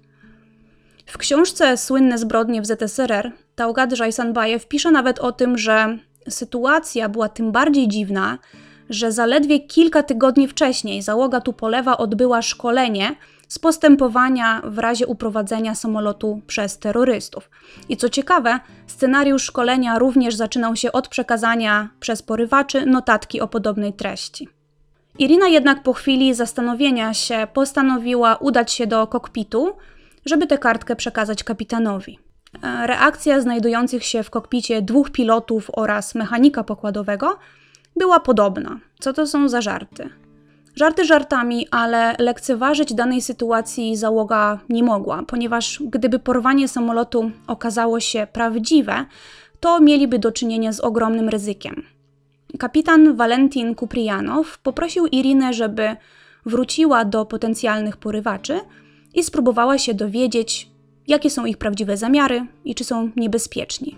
W książce Słynne zbrodnie w ZSRR Taugat Jaisanbajew pisze nawet o tym, że sytuacja była tym bardziej dziwna, że zaledwie kilka tygodni wcześniej załoga Tupolewa odbyła szkolenie z postępowania w razie uprowadzenia samolotu przez terrorystów. I co ciekawe, scenariusz szkolenia również zaczynał się od przekazania przez porywaczy notatki o podobnej treści. Irina jednak po chwili zastanowienia się postanowiła udać się do kokpitu, żeby tę kartkę przekazać kapitanowi. Reakcja znajdujących się w kokpicie 2 pilotów oraz mechanika pokładowego była podobna. Co to są za żarty? Żarty żartami, ale lekceważyć danej sytuacji załoga nie mogła, ponieważ gdyby porwanie samolotu okazało się prawdziwe, to mieliby do czynienia z ogromnym ryzykiem. Kapitan Walentin Kuprianow poprosił Irinę, żeby wróciła do potencjalnych porywaczy i spróbowała się dowiedzieć, jakie są ich prawdziwe zamiary i czy są niebezpieczni.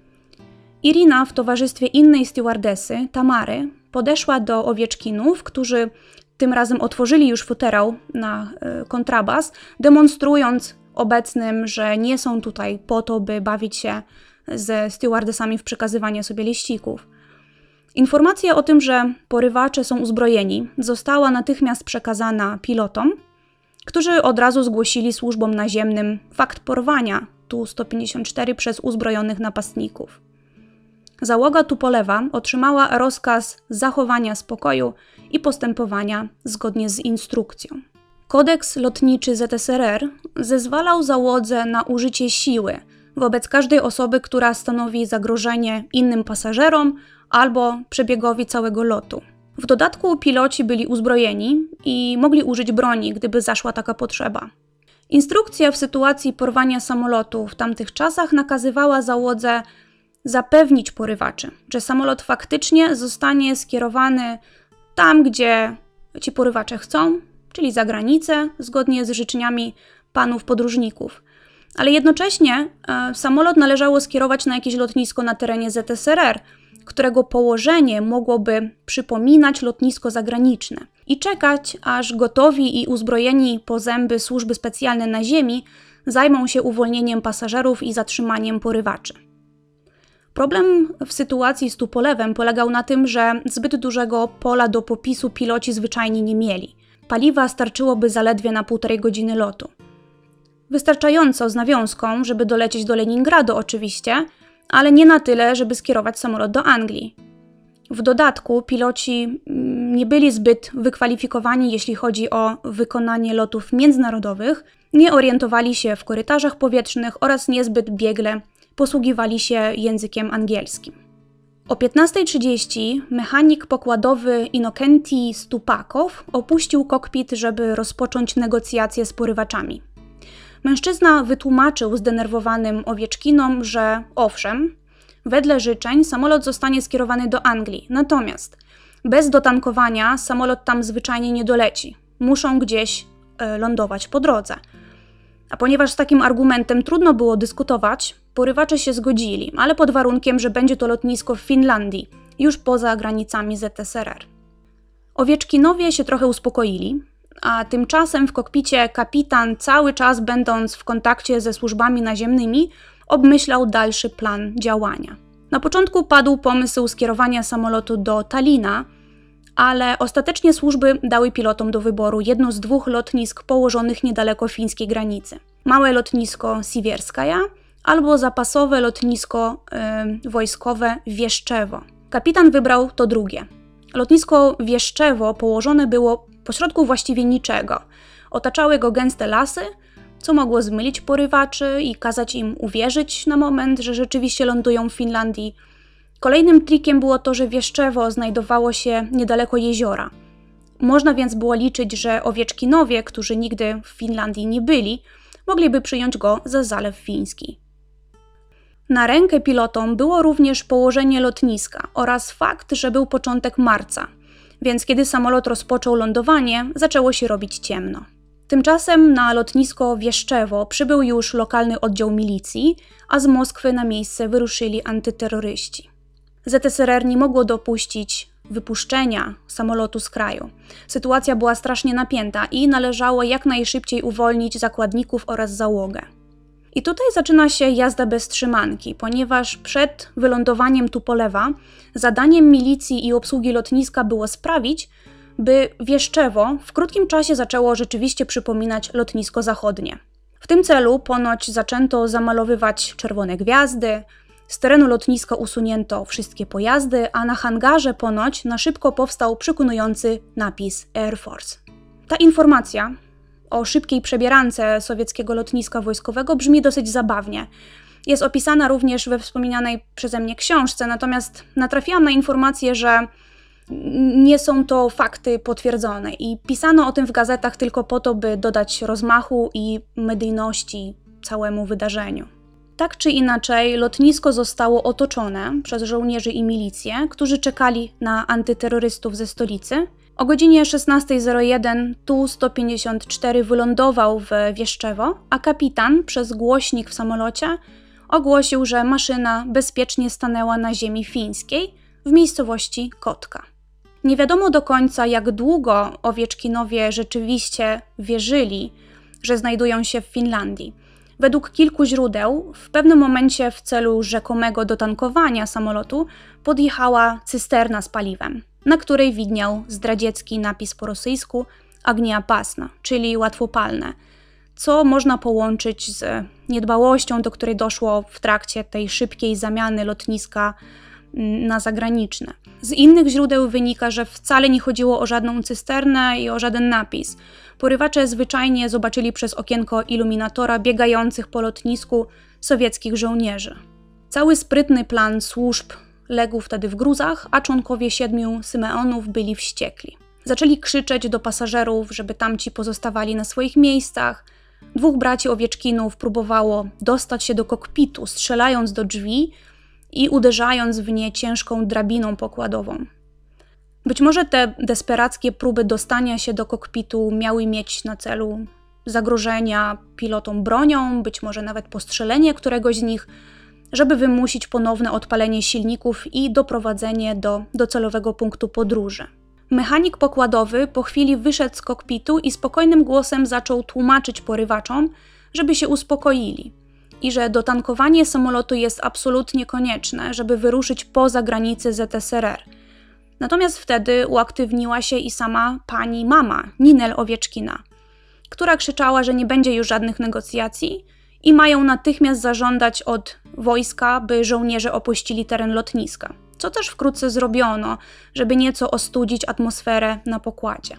Irina w towarzystwie innej stewardesy, Tamary, podeszła do Owieczkinów, którzy tym razem otworzyli już futerał na kontrabas, demonstrując obecnym, że nie są tutaj po to, by bawić się ze stewardesami w przekazywanie sobie liścików. Informacja o tym, że porywacze są uzbrojeni, została natychmiast przekazana pilotom, którzy od razu zgłosili służbom naziemnym fakt porwania Tu-154 przez uzbrojonych napastników. Załoga Tupolewa otrzymała rozkaz zachowania spokoju i postępowania zgodnie z instrukcją. Kodeks lotniczy ZSRR zezwalał załodze na użycie siły wobec każdej osoby, która stanowi zagrożenie innym pasażerom albo przebiegowi całego lotu. W dodatku piloci byli uzbrojeni i mogli użyć broni, gdyby zaszła taka potrzeba. Instrukcja w sytuacji porwania samolotu w tamtych czasach nakazywała załodze zapewnić porywaczy, że samolot faktycznie zostanie skierowany tam, gdzie ci porywacze chcą, czyli za granicę, zgodnie z życzeniami panów podróżników. Ale jednocześnie samolot należało skierować na jakieś lotnisko na terenie ZSRR, którego położenie mogłoby przypominać lotnisko zagraniczne i czekać, aż gotowi i uzbrojeni po zęby służby specjalne na ziemi zajmą się uwolnieniem pasażerów i zatrzymaniem porywaczy. Problem w sytuacji z Tupolewem polegał na tym, że zbyt dużego pola do popisu piloci zwyczajnie nie mieli. Paliwa starczyłoby zaledwie na 1,5 godziny lotu. Wystarczająco z nawiązką, żeby dolecieć do Leningradu oczywiście, ale nie na tyle, żeby skierować samolot do Anglii. W dodatku piloci nie byli zbyt wykwalifikowani, jeśli chodzi o wykonanie lotów międzynarodowych, nie orientowali się w korytarzach powietrznych oraz niezbyt biegle posługiwali się językiem angielskim. O 15:30 mechanik pokładowy Inokenti Stupakow opuścił kokpit, żeby rozpocząć negocjacje z porywaczami. Mężczyzna wytłumaczył zdenerwowanym Owieczkinom, że owszem, wedle życzeń samolot zostanie skierowany do Anglii, natomiast bez dotankowania samolot tam zwyczajnie nie doleci. Muszą gdzieś lądować po drodze. A ponieważ z takim argumentem trudno było dyskutować, porywacze się zgodzili, ale pod warunkiem, że będzie to lotnisko w Finlandii, już poza granicami ZSRR. Owieczkinowie się trochę uspokoili, a tymczasem w kokpicie kapitan, cały czas będąc w kontakcie ze służbami naziemnymi, obmyślał dalszy plan działania. Na początku padł pomysł skierowania samolotu do Tallina, ale ostatecznie służby dały pilotom do wyboru jedno z 2 lotnisk położonych niedaleko fińskiej granicy. Małe lotnisko Siewierskaja albo zapasowe lotnisko wojskowe Wieszczewo. Kapitan wybrał to drugie. Lotnisko Wieszczewo położone było pośrodku właściwie niczego. Otaczały go gęste lasy, co mogło zmylić porywaczy i kazać im uwierzyć na moment, że rzeczywiście lądują w Finlandii. Kolejnym trikiem było to, że Wieszczewo znajdowało się niedaleko jeziora. Można więc było liczyć, że Owieczkinowie, którzy nigdy w Finlandii nie byli, mogliby przyjąć go za Zalew Fiński. Na rękę pilotom było również położenie lotniska oraz fakt, że był początek marca, więc kiedy samolot rozpoczął lądowanie, zaczęło się robić ciemno. Tymczasem na lotnisko Wieszczewo przybył już lokalny oddział milicji, a z Moskwy na miejsce wyruszyli antyterroryści. ZSRR nie mogło dopuścić wypuszczenia samolotu z kraju. Sytuacja była strasznie napięta i należało jak najszybciej uwolnić zakładników oraz załogę. I tutaj zaczyna się jazda bez trzymanki, ponieważ przed wylądowaniem Tupolewa zadaniem milicji i obsługi lotniska było sprawić, by Wieszczewo w krótkim czasie zaczęło rzeczywiście przypominać lotnisko zachodnie. W tym celu ponoć zaczęto zamalowywać czerwone gwiazdy, z terenu lotniska usunięto wszystkie pojazdy, a na hangarze ponoć na szybko powstał przekonujący napis Air Force. Ta informacja o szybkiej przebierance sowieckiego lotniska wojskowego brzmi dosyć zabawnie. Jest opisana również we wspomnianej przeze mnie książce, natomiast natrafiłam na informację, że nie są to fakty potwierdzone i pisano o tym w gazetach tylko po to, by dodać rozmachu i medyjności całemu wydarzeniu. Tak czy inaczej, lotnisko zostało otoczone przez żołnierzy i milicję, którzy czekali na antyterrorystów ze stolicy. O godzinie 16:01 Tu-154 wylądował w Wieszczewo, a kapitan przez głośnik w samolocie ogłosił, że maszyna bezpiecznie stanęła na ziemi fińskiej w miejscowości Kotka. Nie wiadomo do końca, jak długo Owieczkinowie rzeczywiście wierzyli, że znajdują się w Finlandii. Według kilku źródeł, w pewnym momencie w celu rzekomego dotankowania samolotu podjechała cysterna z paliwem, na której widniał zdradziecki napis po rosyjsku Agniapasna, czyli łatwopalne, co można połączyć z niedbałością, do której doszło w trakcie tej szybkiej zamiany lotniska na zagraniczne. Z innych źródeł wynika, że wcale nie chodziło o żadną cysternę i o żaden napis. Porywacze zwyczajnie zobaczyli przez okienko iluminatora biegających po lotnisku sowieckich żołnierzy. Cały sprytny plan służb legł wtedy w gruzach, a członkowie 7 Symeonów byli wściekli. Zaczęli krzyczeć do pasażerów, żeby tamci pozostawali na swoich miejscach. 2 braci Owieczkinów próbowało dostać się do kokpitu, strzelając do drzwi i uderzając w nie ciężką drabiną pokładową. Być może te desperackie próby dostania się do kokpitu miały mieć na celu zagrożenia pilotom bronią, być może nawet postrzelenie któregoś z nich, żeby wymusić ponowne odpalenie silników i doprowadzenie do docelowego punktu podróży. Mechanik pokładowy po chwili wyszedł z kokpitu i spokojnym głosem zaczął tłumaczyć porywaczom, żeby się uspokoili i że dotankowanie samolotu jest absolutnie konieczne, żeby wyruszyć poza granice ZSRR. Natomiast wtedy uaktywniła się i sama pani mama, Ninel Owieczkina, która krzyczała, że nie będzie już żadnych negocjacji i mają natychmiast zażądać od wojska, by żołnierze opuścili teren lotniska, co też wkrótce zrobiono, żeby nieco ostudzić atmosferę na pokładzie.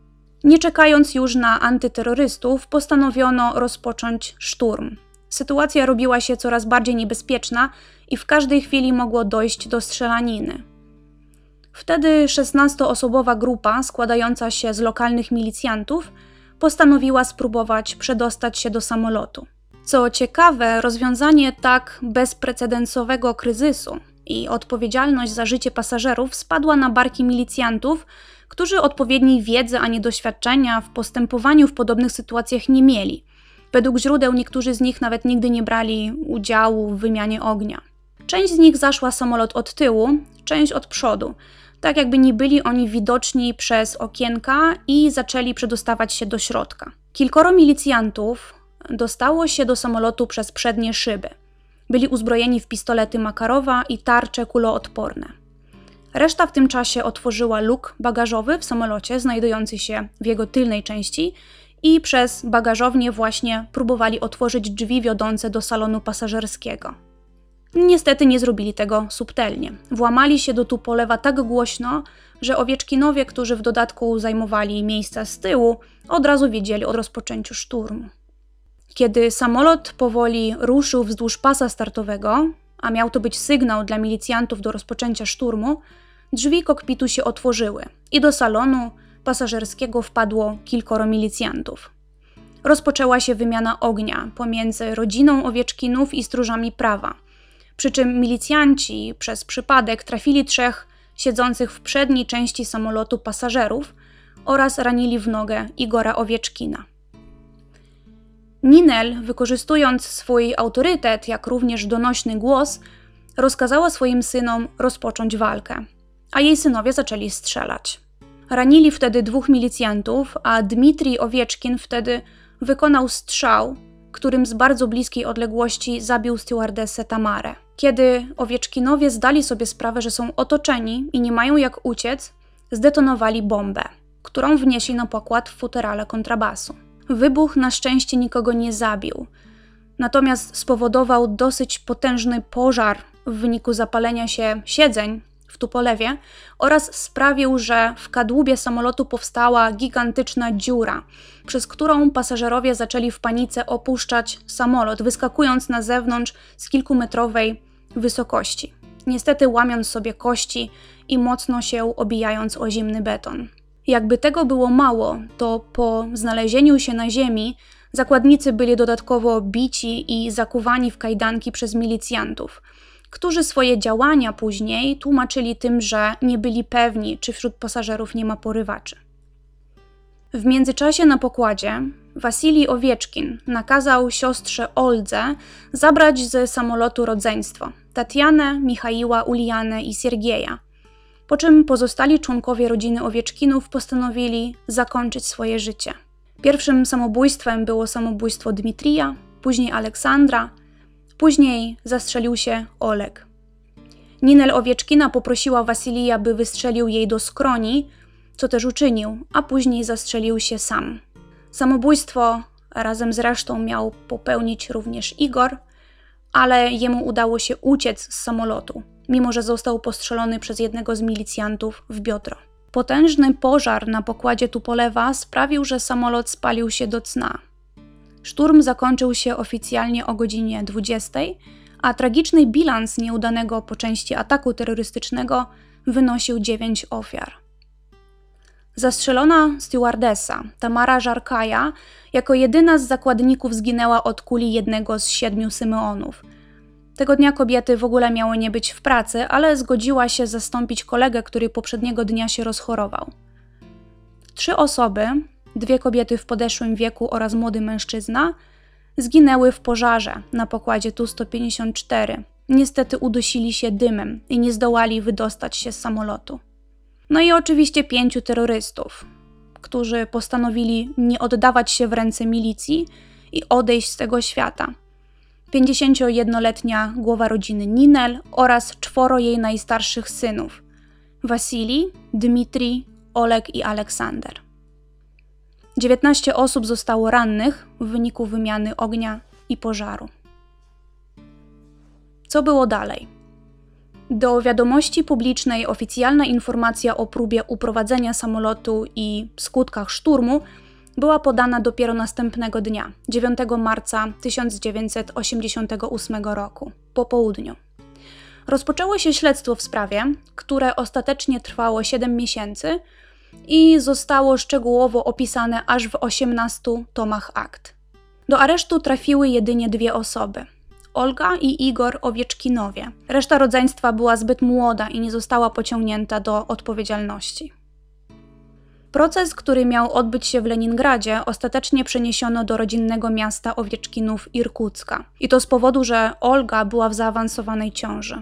Nie czekając już na antyterrorystów, postanowiono rozpocząć szturm. Sytuacja robiła się coraz bardziej niebezpieczna i w każdej chwili mogło dojść do strzelaniny. Wtedy 16-osobowa grupa składająca się z lokalnych milicjantów postanowiła spróbować przedostać się do samolotu. Co ciekawe, rozwiązanie tak bezprecedensowego kryzysu i odpowiedzialność za życie pasażerów spadła na barki milicjantów, którzy odpowiedniej wiedzy ani doświadczenia w postępowaniu w podobnych sytuacjach nie mieli. Według źródeł niektórzy z nich nawet nigdy nie brali udziału w wymianie ognia. Część z nich zaszła samolot od tyłu, część od przodu, tak jakby nie byli oni widoczni przez okienka i zaczęli przedostawać się do środka. Kilkoro milicjantów dostało się do samolotu przez przednie szyby. Byli uzbrojeni w pistolety Makarowa i tarcze kuloodporne. Reszta w tym czasie otworzyła luk bagażowy w samolocie znajdujący się w jego tylnej części i przez bagażownię właśnie próbowali otworzyć drzwi wiodące do salonu pasażerskiego. Niestety nie zrobili tego subtelnie. Włamali się do Tupolewa tak głośno, że Owieczkinowie, którzy w dodatku zajmowali miejsca z tyłu, od razu wiedzieli o rozpoczęciu szturmu. Kiedy samolot powoli ruszył wzdłuż pasa startowego, a miał to być sygnał dla milicjantów do rozpoczęcia szturmu, drzwi kokpitu się otworzyły i do salonu pasażerskiego wpadło kilkoro milicjantów. Rozpoczęła się wymiana ognia pomiędzy rodziną Owieczkinów i stróżami prawa, przy czym milicjanci przez przypadek trafili 3 siedzących w przedniej części samolotu pasażerów oraz ranili w nogę Igora Owieczkina. Ninel, wykorzystując swój autorytet, jak również donośny głos, rozkazała swoim synom rozpocząć walkę, a jej synowie zaczęli strzelać. Ranili wtedy 2 milicjantów, a Dmitrij Owieczkin wtedy wykonał strzał, którym z bardzo bliskiej odległości zabił stewardessę Tamarę. Kiedy Owieczkinowie zdali sobie sprawę, że są otoczeni i nie mają jak uciec, zdetonowali bombę, którą wnieśli na pokład w futerale kontrabasu. Wybuch na szczęście nikogo nie zabił, natomiast spowodował dosyć potężny pożar w wyniku zapalenia się siedzeń w Tupolewie oraz sprawił, że w kadłubie samolotu powstała gigantyczna dziura, przez którą pasażerowie zaczęli w panice opuszczać samolot, wyskakując na zewnątrz z kilkumetrowej wysokości, niestety łamiąc sobie kości i mocno się obijając o zimny beton. Jakby tego było mało, to po znalezieniu się na ziemi zakładnicy byli dodatkowo bici i zakuwani w kajdanki przez milicjantów, którzy swoje działania później tłumaczyli tym, że nie byli pewni, czy wśród pasażerów nie ma porywaczy. W międzyczasie na pokładzie Wasilij Owieczkin nakazał siostrze Oldze zabrać ze samolotu rodzeństwo Tatianę, Michaiła, Ulianę i Siergieja, po czym pozostali członkowie rodziny Owieczkinów postanowili zakończyć swoje życie. Pierwszym samobójstwem było samobójstwo Dmitrija, później Aleksandra, później zastrzelił się Oleg. Ninel Owieczkina poprosiła Wasilija, by wystrzelił jej do skroni, co też uczynił, a później zastrzelił się sam. Samobójstwo razem z resztą miał popełnić również Igor, ale jemu udało się uciec z samolotu, mimo że został postrzelony przez jednego z milicjantów w biodro. Potężny pożar na pokładzie Tupolewa sprawił, że samolot spalił się do cna. Szturm zakończył się oficjalnie o godzinie 20, a tragiczny bilans nieudanego po części ataku terrorystycznego wynosił 9 ofiar. Zastrzelona stewardessa Tamara Żarkaja jako jedyna z zakładników zginęła od kuli jednego z 7 Symeonów. Tego dnia kobiety w ogóle miały nie być w pracy, ale zgodziła się zastąpić kolegę, który poprzedniego dnia się rozchorował. 3 osoby, 2 kobiety w podeszłym wieku oraz młody mężczyzna, zginęły w pożarze na pokładzie Tu-154. Niestety udusili się dymem i nie zdołali wydostać się z samolotu. No i oczywiście 5 terrorystów, którzy postanowili nie oddawać się w ręce milicji i odejść z tego świata. 51-letnia głowa rodziny Ninel oraz 4 jej najstarszych synów: Wasilij, Dmitrij, Oleg i Aleksander. 19 osób zostało rannych w wyniku wymiany ognia i pożaru. Co było dalej? Do wiadomości publicznej oficjalna informacja o próbie uprowadzenia samolotu i skutkach szturmu była podana dopiero następnego dnia, 9 marca 1988 roku, po południu. Rozpoczęło się śledztwo w sprawie, które ostatecznie trwało 7 miesięcy i zostało szczegółowo opisane aż w 18 tomach akt. Do aresztu trafiły jedynie 2 osoby – Olga i Igor Owieczkinowie. Reszta rodzeństwa była zbyt młoda i nie została pociągnięta do odpowiedzialności. Proces, który miał odbyć się w Leningradzie, ostatecznie przeniesiono do rodzinnego miasta Owieczkinów Irkucka. I to z powodu, że Olga była w zaawansowanej ciąży.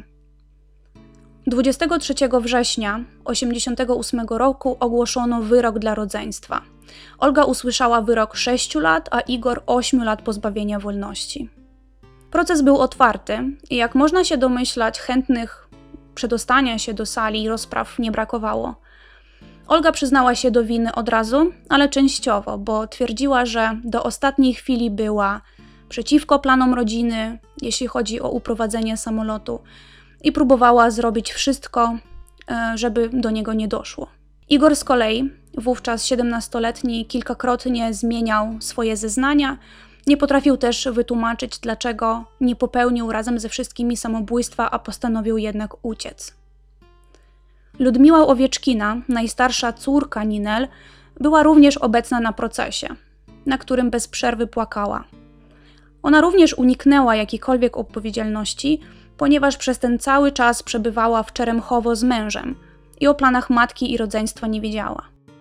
23 września 1988 roku ogłoszono wyrok dla rodzeństwa. Olga usłyszała wyrok 6 lat, a Igor 8 lat pozbawienia wolności. Proces był otwarty i jak można się domyślać, chętnych przedostania się do sali rozpraw nie brakowało. Olga przyznała się do winy od razu, ale częściowo, bo twierdziła, że do ostatniej chwili była przeciwko planom rodziny, jeśli chodzi o uprowadzenie samolotu, i próbowała zrobić wszystko, żeby do niego nie doszło. Igor z kolei, wówczas 17-letni, kilkakrotnie zmieniał swoje zeznania. Nie potrafił też wytłumaczyć, dlaczego nie popełnił razem ze wszystkimi samobójstwa, a postanowił jednak uciec. Ludmiła Owieczkina, najstarsza córka Ninel, była również obecna na procesie, na którym bez przerwy płakała. Ona również uniknęła jakiejkolwiek odpowiedzialności, ponieważ przez ten cały czas przebywała w Czeremchowo z mężem i o planach matki i rodzeństwa nie wiedziała.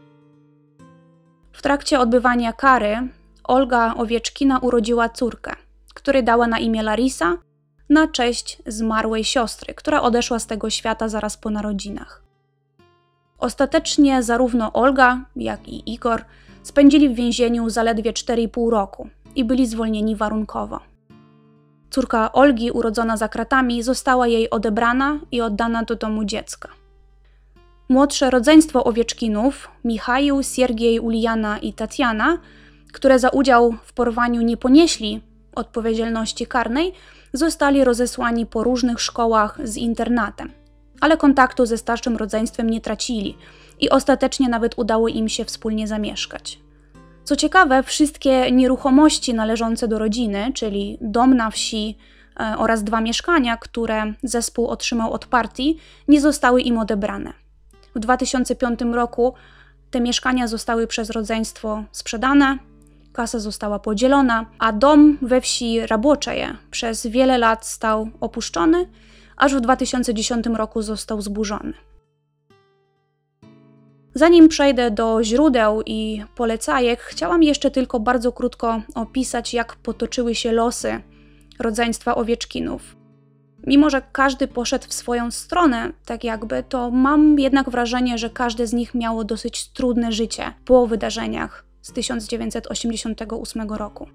W trakcie odbywania kary Olga Owieczkina urodziła córkę, której dała na imię Larisa na cześć zmarłej siostry, która odeszła z tego świata zaraz po narodzinach. Ostatecznie zarówno Olga, jak i Igor spędzili w więzieniu zaledwie 4,5 roku i byli zwolnieni warunkowo. Córka Olgi, urodzona za kratami, została jej odebrana i oddana do domu dziecka. Młodsze rodzeństwo Owieczkinów, Michaił, Siergiej, Ulijana i Tatiana, które za udział w porwaniu nie ponieśli odpowiedzialności karnej, zostali rozesłani po różnych szkołach z internatem, ale kontaktu ze starszym rodzeństwem nie tracili i ostatecznie nawet udało im się wspólnie zamieszkać. Co ciekawe, wszystkie nieruchomości należące do rodziny, czyli dom na wsi oraz 2 mieszkania, które zespół otrzymał od partii, nie zostały im odebrane. W 2005 roku te mieszkania zostały przez rodzeństwo sprzedane, kasa została podzielona, a dom we wsi Raboczeje przez wiele lat stał opuszczony, aż w 2010 roku został zburzony. Zanim przejdę do źródeł i polecajek, chciałam jeszcze tylko bardzo krótko opisać, jak potoczyły się losy rodzeństwa Owieczkinów. Mimo że każdy poszedł w swoją stronę, tak jakby, to mam jednak wrażenie, że każde z nich miało dosyć trudne życie po wydarzeniach z 1988 roku.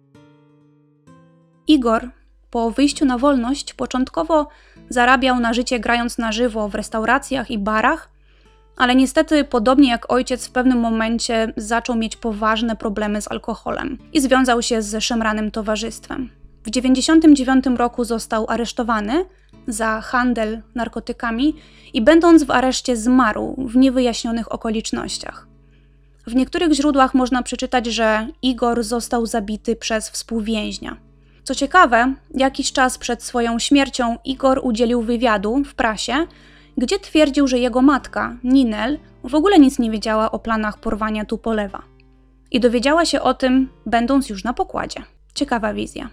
Igor po wyjściu na wolność początkowo zarabiał na życie grając na żywo w restauracjach i barach, ale niestety, podobnie jak ojciec, w pewnym momencie zaczął mieć poważne problemy z alkoholem i związał się z szemranym towarzystwem. W 1999 roku został aresztowany za handel narkotykami i będąc w areszcie zmarł w niewyjaśnionych okolicznościach. W niektórych źródłach można przeczytać, że Igor został zabity przez współwięźnia. Co ciekawe, jakiś czas przed swoją śmiercią Igor udzielił wywiadu w prasie, gdzie twierdził, że jego matka, Ninel, w ogóle nic nie wiedziała o planach porwania Tupolewa. I dowiedziała się o tym, będąc już na pokładzie. Ciekawa wizja.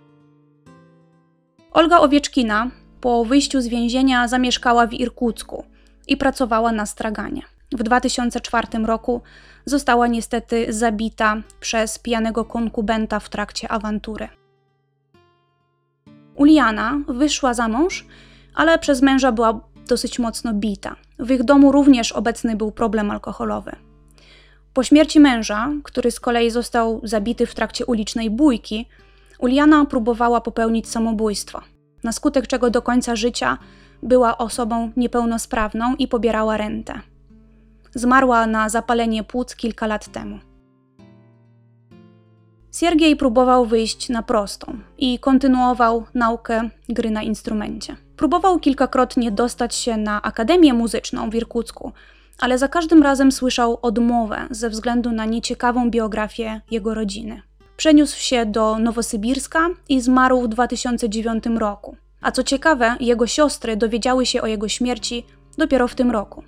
Olga Owieczkina po wyjściu z więzienia zamieszkała w Irkucku i pracowała na straganie. W 2004 roku została niestety zabita przez pijanego konkubenta w trakcie awantury. Ulijana wyszła za mąż, ale przez męża była dosyć mocno bita. W ich domu również obecny był problem alkoholowy. Po śmierci męża, który z kolei został zabity w trakcie ulicznej bójki, Ulijana próbowała popełnić samobójstwo, na skutek czego do końca życia była osobą niepełnosprawną i pobierała rentę. Zmarła na zapalenie płuc kilka lat temu. Siergiej próbował wyjść na prostą i kontynuował naukę gry na instrumencie. Próbował kilkakrotnie dostać się na Akademię Muzyczną w Irkucku, ale za każdym razem słyszał odmowę ze względu na nieciekawą biografię jego rodziny. Przeniósł się do Nowosybirska i zmarł w 2009 roku. A co ciekawe, jego siostry dowiedziały się o jego śmierci dopiero w tym roku.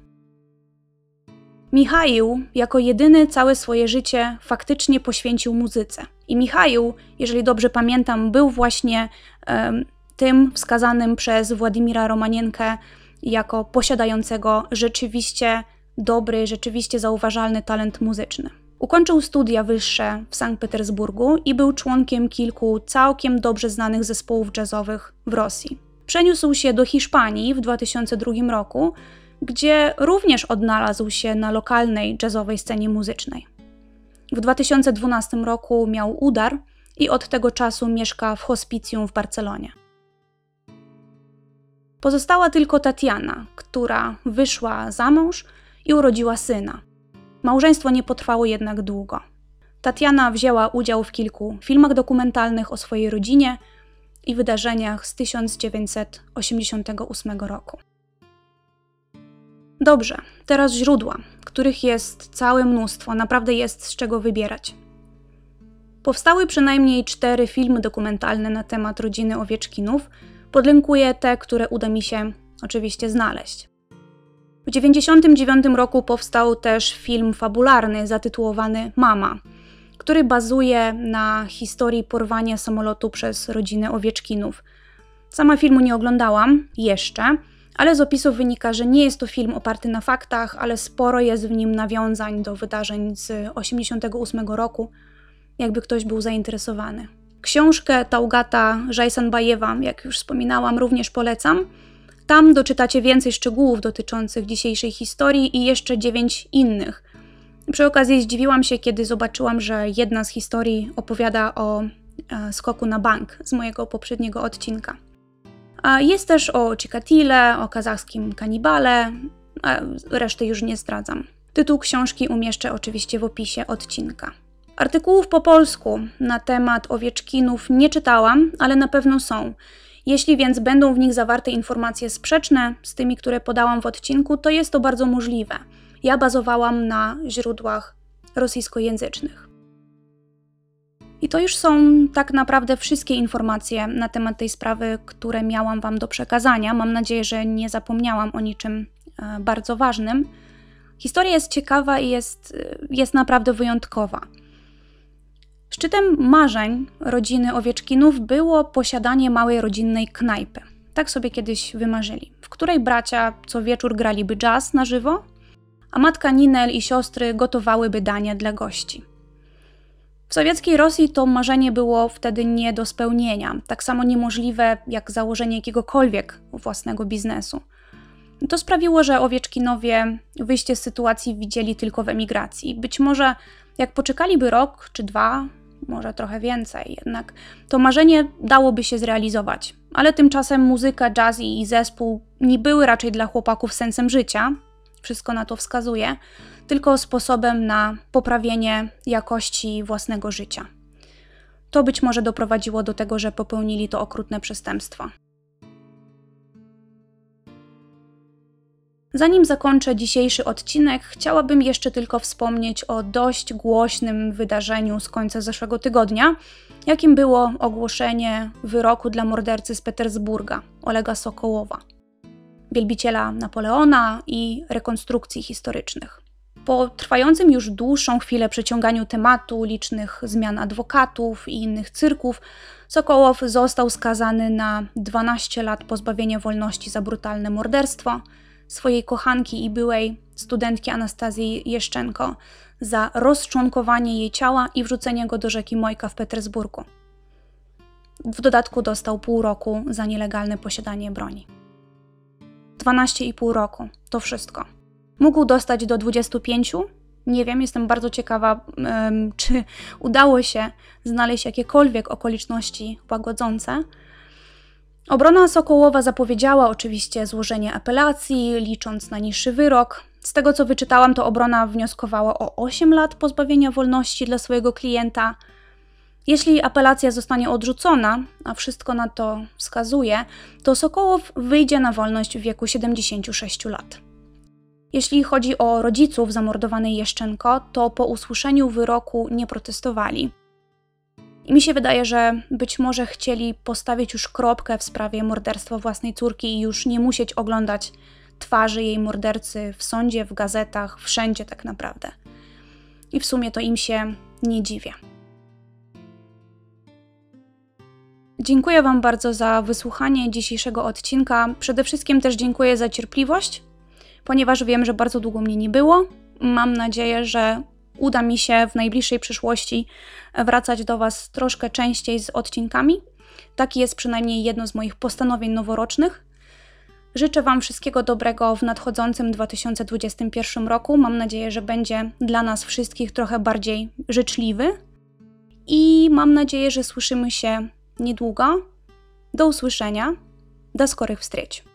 Michaił jako jedyny całe swoje życie faktycznie poświęcił muzyce. I Michaił, jeżeli dobrze pamiętam, był właśnie tym wskazanym przez Władimira Romanienkę jako posiadającego rzeczywiście dobry, rzeczywiście zauważalny talent muzyczny. Ukończył studia wyższe w Sankt Petersburgu i był członkiem kilku całkiem dobrze znanych zespołów jazzowych w Rosji. Przeniósł się do Hiszpanii w 2002 roku, gdzie również odnalazł się na lokalnej jazzowej scenie muzycznej. W 2012 roku miał udar i od tego czasu mieszka w hospicjum w Barcelonie. Pozostała tylko Tatiana, która wyszła za mąż i urodziła syna. Małżeństwo nie potrwało jednak długo. Tatiana wzięła udział w kilku filmach dokumentalnych o swojej rodzinie i wydarzeniach z 1988 roku. Dobrze, teraz źródła, których jest całe mnóstwo, naprawdę jest z czego wybierać. Powstały przynajmniej 4 filmy dokumentalne na temat rodziny Owieczkinów. Podlinkuję te, które uda mi się oczywiście znaleźć. W 1999 roku powstał też film fabularny zatytułowany Mama, który bazuje na historii porwania samolotu przez rodzinę Owieczkinów. Sama filmu nie oglądałam jeszcze, ale z opisów wynika, że nie jest to film oparty na faktach, ale sporo jest w nim nawiązań do wydarzeń z 1988 roku, jakby ktoś był zainteresowany. Książkę Taugata Jaisanbajewa, jak już wspominałam, również polecam. Tam doczytacie więcej szczegółów dotyczących dzisiejszej historii i jeszcze 9 innych. Przy okazji zdziwiłam się, kiedy zobaczyłam, że jedna z historii opowiada o skoku na bank z mojego poprzedniego odcinka. A jest też o Chikatile, o kazachskim kanibale, a reszty już nie zdradzam. Tytuł książki umieszczę oczywiście w opisie odcinka. Artykułów po polsku na temat Owieczkinów nie czytałam, ale na pewno są. Jeśli więc będą w nich zawarte informacje sprzeczne z tymi, które podałam w odcinku, to jest to bardzo możliwe. Ja bazowałam na źródłach rosyjskojęzycznych. I to już są tak naprawdę wszystkie informacje na temat tej sprawy, które miałam Wam do przekazania. Mam nadzieję, że nie zapomniałam o niczym bardzo ważnym. Historia jest ciekawa i jest naprawdę wyjątkowa. Szczytem marzeń rodziny Owieczkinów było posiadanie małej rodzinnej knajpy. Tak sobie kiedyś wymarzyli, w której bracia co wieczór graliby jazz na żywo, a matka Ninel i siostry gotowałyby dania dla gości. W sowieckiej Rosji to marzenie było wtedy nie do spełnienia, tak samo niemożliwe jak założenie jakiegokolwiek własnego biznesu. To sprawiło, że Owieczkinowie wyjście z sytuacji widzieli tylko w emigracji. Być może jak poczekaliby rok czy 2, może trochę więcej, jednak to marzenie dałoby się zrealizować. Ale tymczasem muzyka, jazz i zespół nie były raczej dla chłopaków sensem życia, wszystko na to wskazuje, tylko sposobem na poprawienie jakości własnego życia. To być może doprowadziło do tego, że popełnili to okrutne przestępstwo. Zanim zakończę dzisiejszy odcinek, chciałabym jeszcze tylko wspomnieć o dość głośnym wydarzeniu z końca zeszłego tygodnia, jakim było ogłoszenie wyroku dla mordercy z Petersburga, Olega Sokołowa, wielbiciela Napoleona i rekonstrukcji historycznych. Po trwającym już dłuższą chwilę przeciąganiu tematu, licznych zmian adwokatów i innych cyrków, Sokołow został skazany na 12 lat pozbawienia wolności za brutalne morderstwo swojej kochanki i byłej studentki Anastazji Jeszczenko za rozczłonkowanie jej ciała i wrzucenie go do rzeki Mojka w Petersburgu. W dodatku dostał pół roku za nielegalne posiadanie broni. 12,5 roku, to wszystko. Mógł dostać do 25, nie wiem, jestem bardzo ciekawa, czy udało się znaleźć jakiekolwiek okoliczności łagodzące. Obrona Sokołowa zapowiedziała oczywiście złożenie apelacji, licząc na niższy wyrok. Z tego co wyczytałam, to obrona wnioskowała o 8 lat pozbawienia wolności dla swojego klienta. Jeśli apelacja zostanie odrzucona, a wszystko na to wskazuje, to Sokołow wyjdzie na wolność w wieku 76 lat. Jeśli chodzi o rodziców zamordowanej Jeszczenko, to po usłyszeniu wyroku nie protestowali. I mi się wydaje, że być może chcieli postawić już kropkę w sprawie morderstwa własnej córki i już nie musieć oglądać twarzy jej mordercy w sądzie, w gazetach, wszędzie tak naprawdę. I w sumie to im się nie dziwię. Dziękuję Wam bardzo za wysłuchanie dzisiejszego odcinka. Przede wszystkim też dziękuję za cierpliwość, ponieważ wiem, że bardzo długo mnie nie było. Mam nadzieję, że uda mi się w najbliższej przyszłości wracać do Was troszkę częściej z odcinkami. Taki jest przynajmniej jedno z moich postanowień noworocznych. Życzę Wam wszystkiego dobrego w nadchodzącym 2021 roku. Mam nadzieję, że będzie dla nas wszystkich trochę bardziej życzliwy. I mam nadzieję, że słyszymy się niedługo. Do usłyszenia. До скорых встреч!